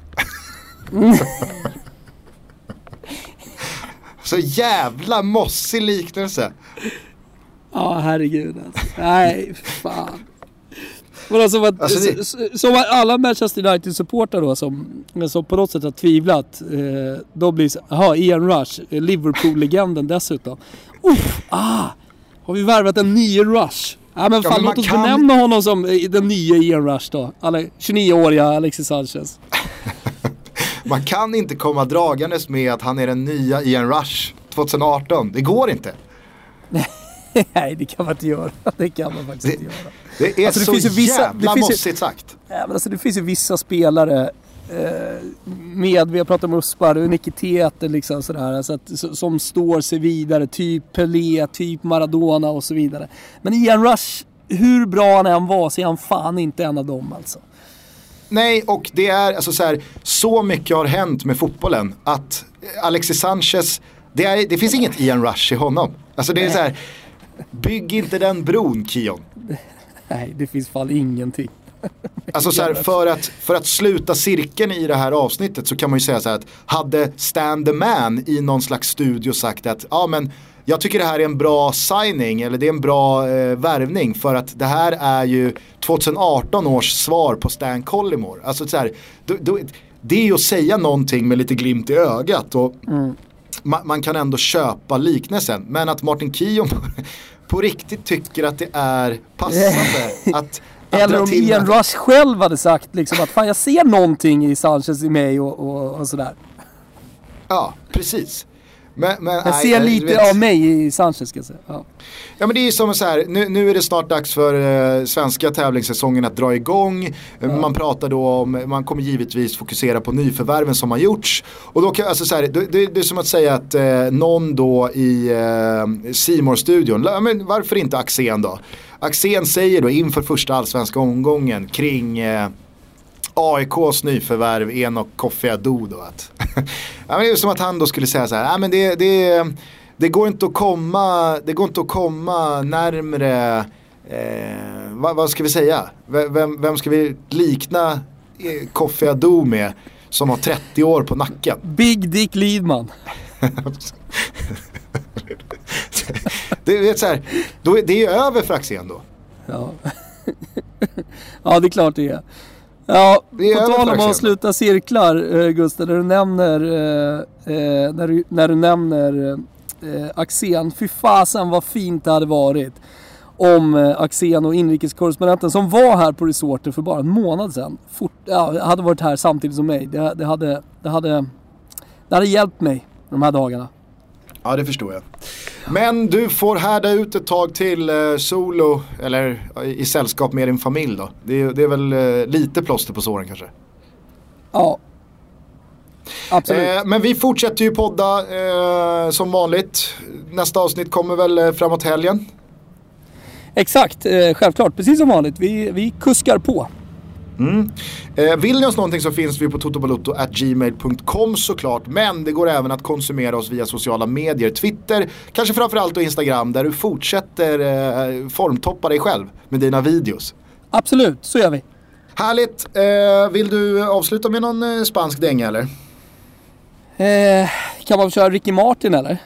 Så jävla mossig liknelse. Ja, herregud alltså. Nej, fan. Men alltså, att, alltså det... som alla Manchester United-supportrar då som, som på något sätt har tvivlat eh, då blir så, aha, Ian Rush, Liverpool-legenden dessutom. Uff, ah, har vi värvat en ny Rush? Ja, men fan, ja, men låt oss kan... benämna honom som den nya Ian Rush då. Alla tjugonio-åriga Alexis Sanchez. Man kan inte komma dragandes med att han är den nya Ian Rush tjugoarton. Det går inte. Nej, det kan man inte göra. Det kan man faktiskt det, inte göra. Det är alltså, det så finns vissa, jävla det mossigt ju, sagt. Ja, men alltså, det finns ju vissa spelare eh, med, vi har pratat om Uspar och Nikiteter liksom sådär, alltså att, som står sig vidare, typ Pelé, typ Maradona och så vidare. Men Ian Rush, hur bra han än var, så är han fan inte en av dem alltså. Nej, och det är alltså så här, så mycket har hänt med fotbollen att Alexis Sanchez, det, är, det finns inget Ian Rush i honom. Alltså det är så här, bygg inte den bron, Keon. Nej, det finns fall ingenting. Alltså så här, för att, för att sluta cirkeln i det här avsnittet så kan man ju säga så här att hade Stan the Man i någon slags studio sagt att ja men jag tycker det här är en bra signing eller det är en bra eh, värvning för att det här är ju tjugoarton års svar på Stan Collymore. Alltså så här, då, då, det är ju att säga någonting med lite glimt i ögat och mm. man, man kan ändå köpa liknelsen. Men att Martin Keon på, på riktigt tycker att det är passande att eller om Ian Rush själv hade sagt liksom att fan jag ser någonting i Sanchez i mig och, och, och sådär. Ja, precis. Men, men, jag nej, ser lite vet, av mig i Sanchez ska jag säga. Ja. Ja men det är ju som så här, nu, nu är det snart dags för eh, svenska tävlingssäsongen att dra igång. Ja. Man pratar då om, man kommer givetvis fokusera på nyförvärven som har gjorts. Och då kan, alltså så här, det, det, det är som att säga att eh, någon då i eh, C More-studion, men varför inte Axén då? Axén säger då inför första allsvenska omgången kring eh, A I K:s nyförvärv Enoch Kofi Adu då att ja, men det är som att han då skulle säga så här, ja men det, det, det går inte att komma det går inte att komma närmare eh, vad, vad ska vi säga? Vem, vem ska vi likna Kofi Adu med som har trettio år på nacken? Big Dick Lidman. Det är så här, då, det är över för Axén då. Ja. Ja, det är klart det är. Ja, Det är på tal om verkligen. att sluta cirklar, eh, Gustav, när du nämner, eh, eh, när du, när du nämner eh, Axén. Fy fasen vad fint det hade varit om eh, Axén och inrikeskorrespondenten som var här på resorten för bara en månad sedan fort, ja, hade varit här samtidigt som mig. Det, det, hade, det, hade, det hade hjälpt mig de här dagarna. Ja, det förstår jag. Men du får härda ut ett tag till eh, solo, eller i, i sällskap med din familj då. Det, är- det är väl eh, lite plåster på såren kanske. Ja, absolut. Eh, men vi fortsätter ju podda eh, som vanligt. Nästa avsnitt kommer väl eh, framåt helgen. Exakt, eh, självklart. Precis som vanligt. Vi, vi kuskar på. Mm. Eh, vill ni oss någonting så finns vi på totobalotto at gmail dot com såklart. Men det går även att konsumera oss via sociala medier. Twitter, kanske framförallt och Instagram, där du fortsätter eh, formtoppa dig själv med dina videos. Absolut, så gör vi. Härligt. Eh, vill du avsluta med någon eh, spansk dänga eller? Eh, kan man köra Ricky Martin eller?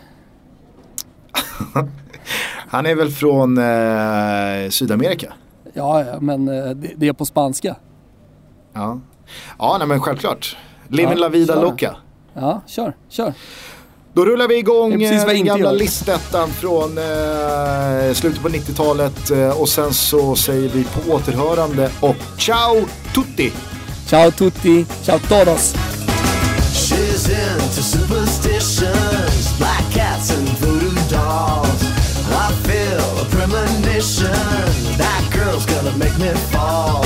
Han är väl från eh, Sydamerika? Ja, ja, men eh, det, det är på spanska. Ja, ja nej, men självklart. Living Ja, la vida kör. loca. Ja, kör, kör. Då rullar vi Det igång är precis eh, vad jag den inte gamla gör. listettan från eh, slutet på nittiotalet eh, och sen så säger vi på återhörande och ciao tutti! Ciao tutti, ciao todos. She's into superstitions, black cats and voodoo dolls. I feel a premonition, that girl's gonna make me fall.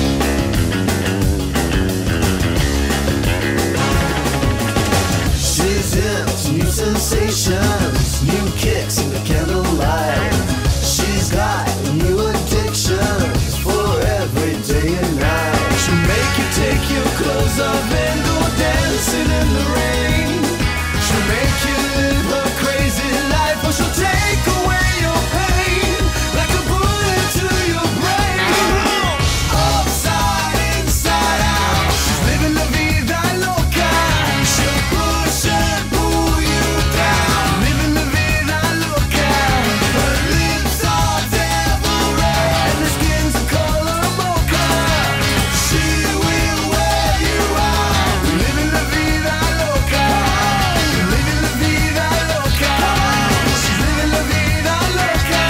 She's into new sensations, new kicks in the candlelight. She's got new addictions for every day and night. She'll make you take your clothes off and go dancing in the rain. She'll make you live her crazy life, or she'll take away your pain like a bullet to your brain. Upside, inside out, she's living la vida loca. She'll push and pull you down, living la vida loca. Her lips are devil red and her skin's the color mocha. She will wear you out, living la vida loca, living la vida loca. She's living la vida loca.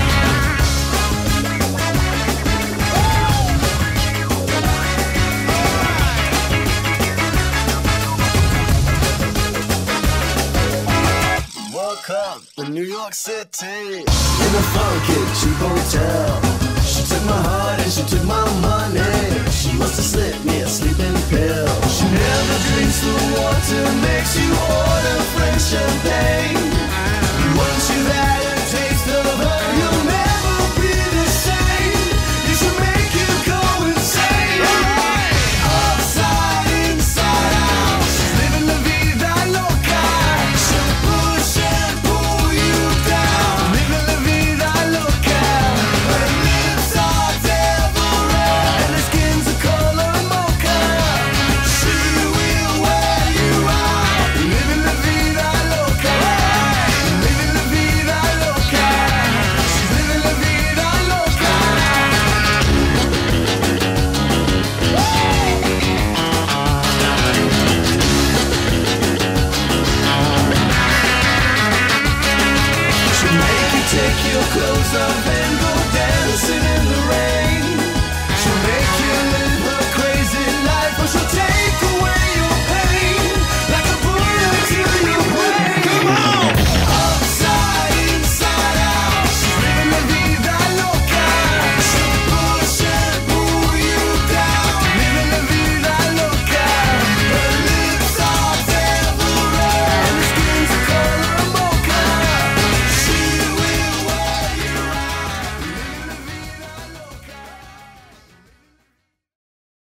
Woke up in New York City in a funky cheap hotel. She took my heart and she took my money. She must have slipped me a sleeping pill. She never drinks the water, makes you order French champagne. Once you've had a taste of her, you'll never be the same. You should make you go insane. Upside, inside out, she's living la vida loca. She'll push and pull you down, living la vida loca. Her lips are devil red and her skin's the color mocha. She will wear you out, living la vida loca, living la vida loca. She's living la vida loca. She'll make you take your clothes off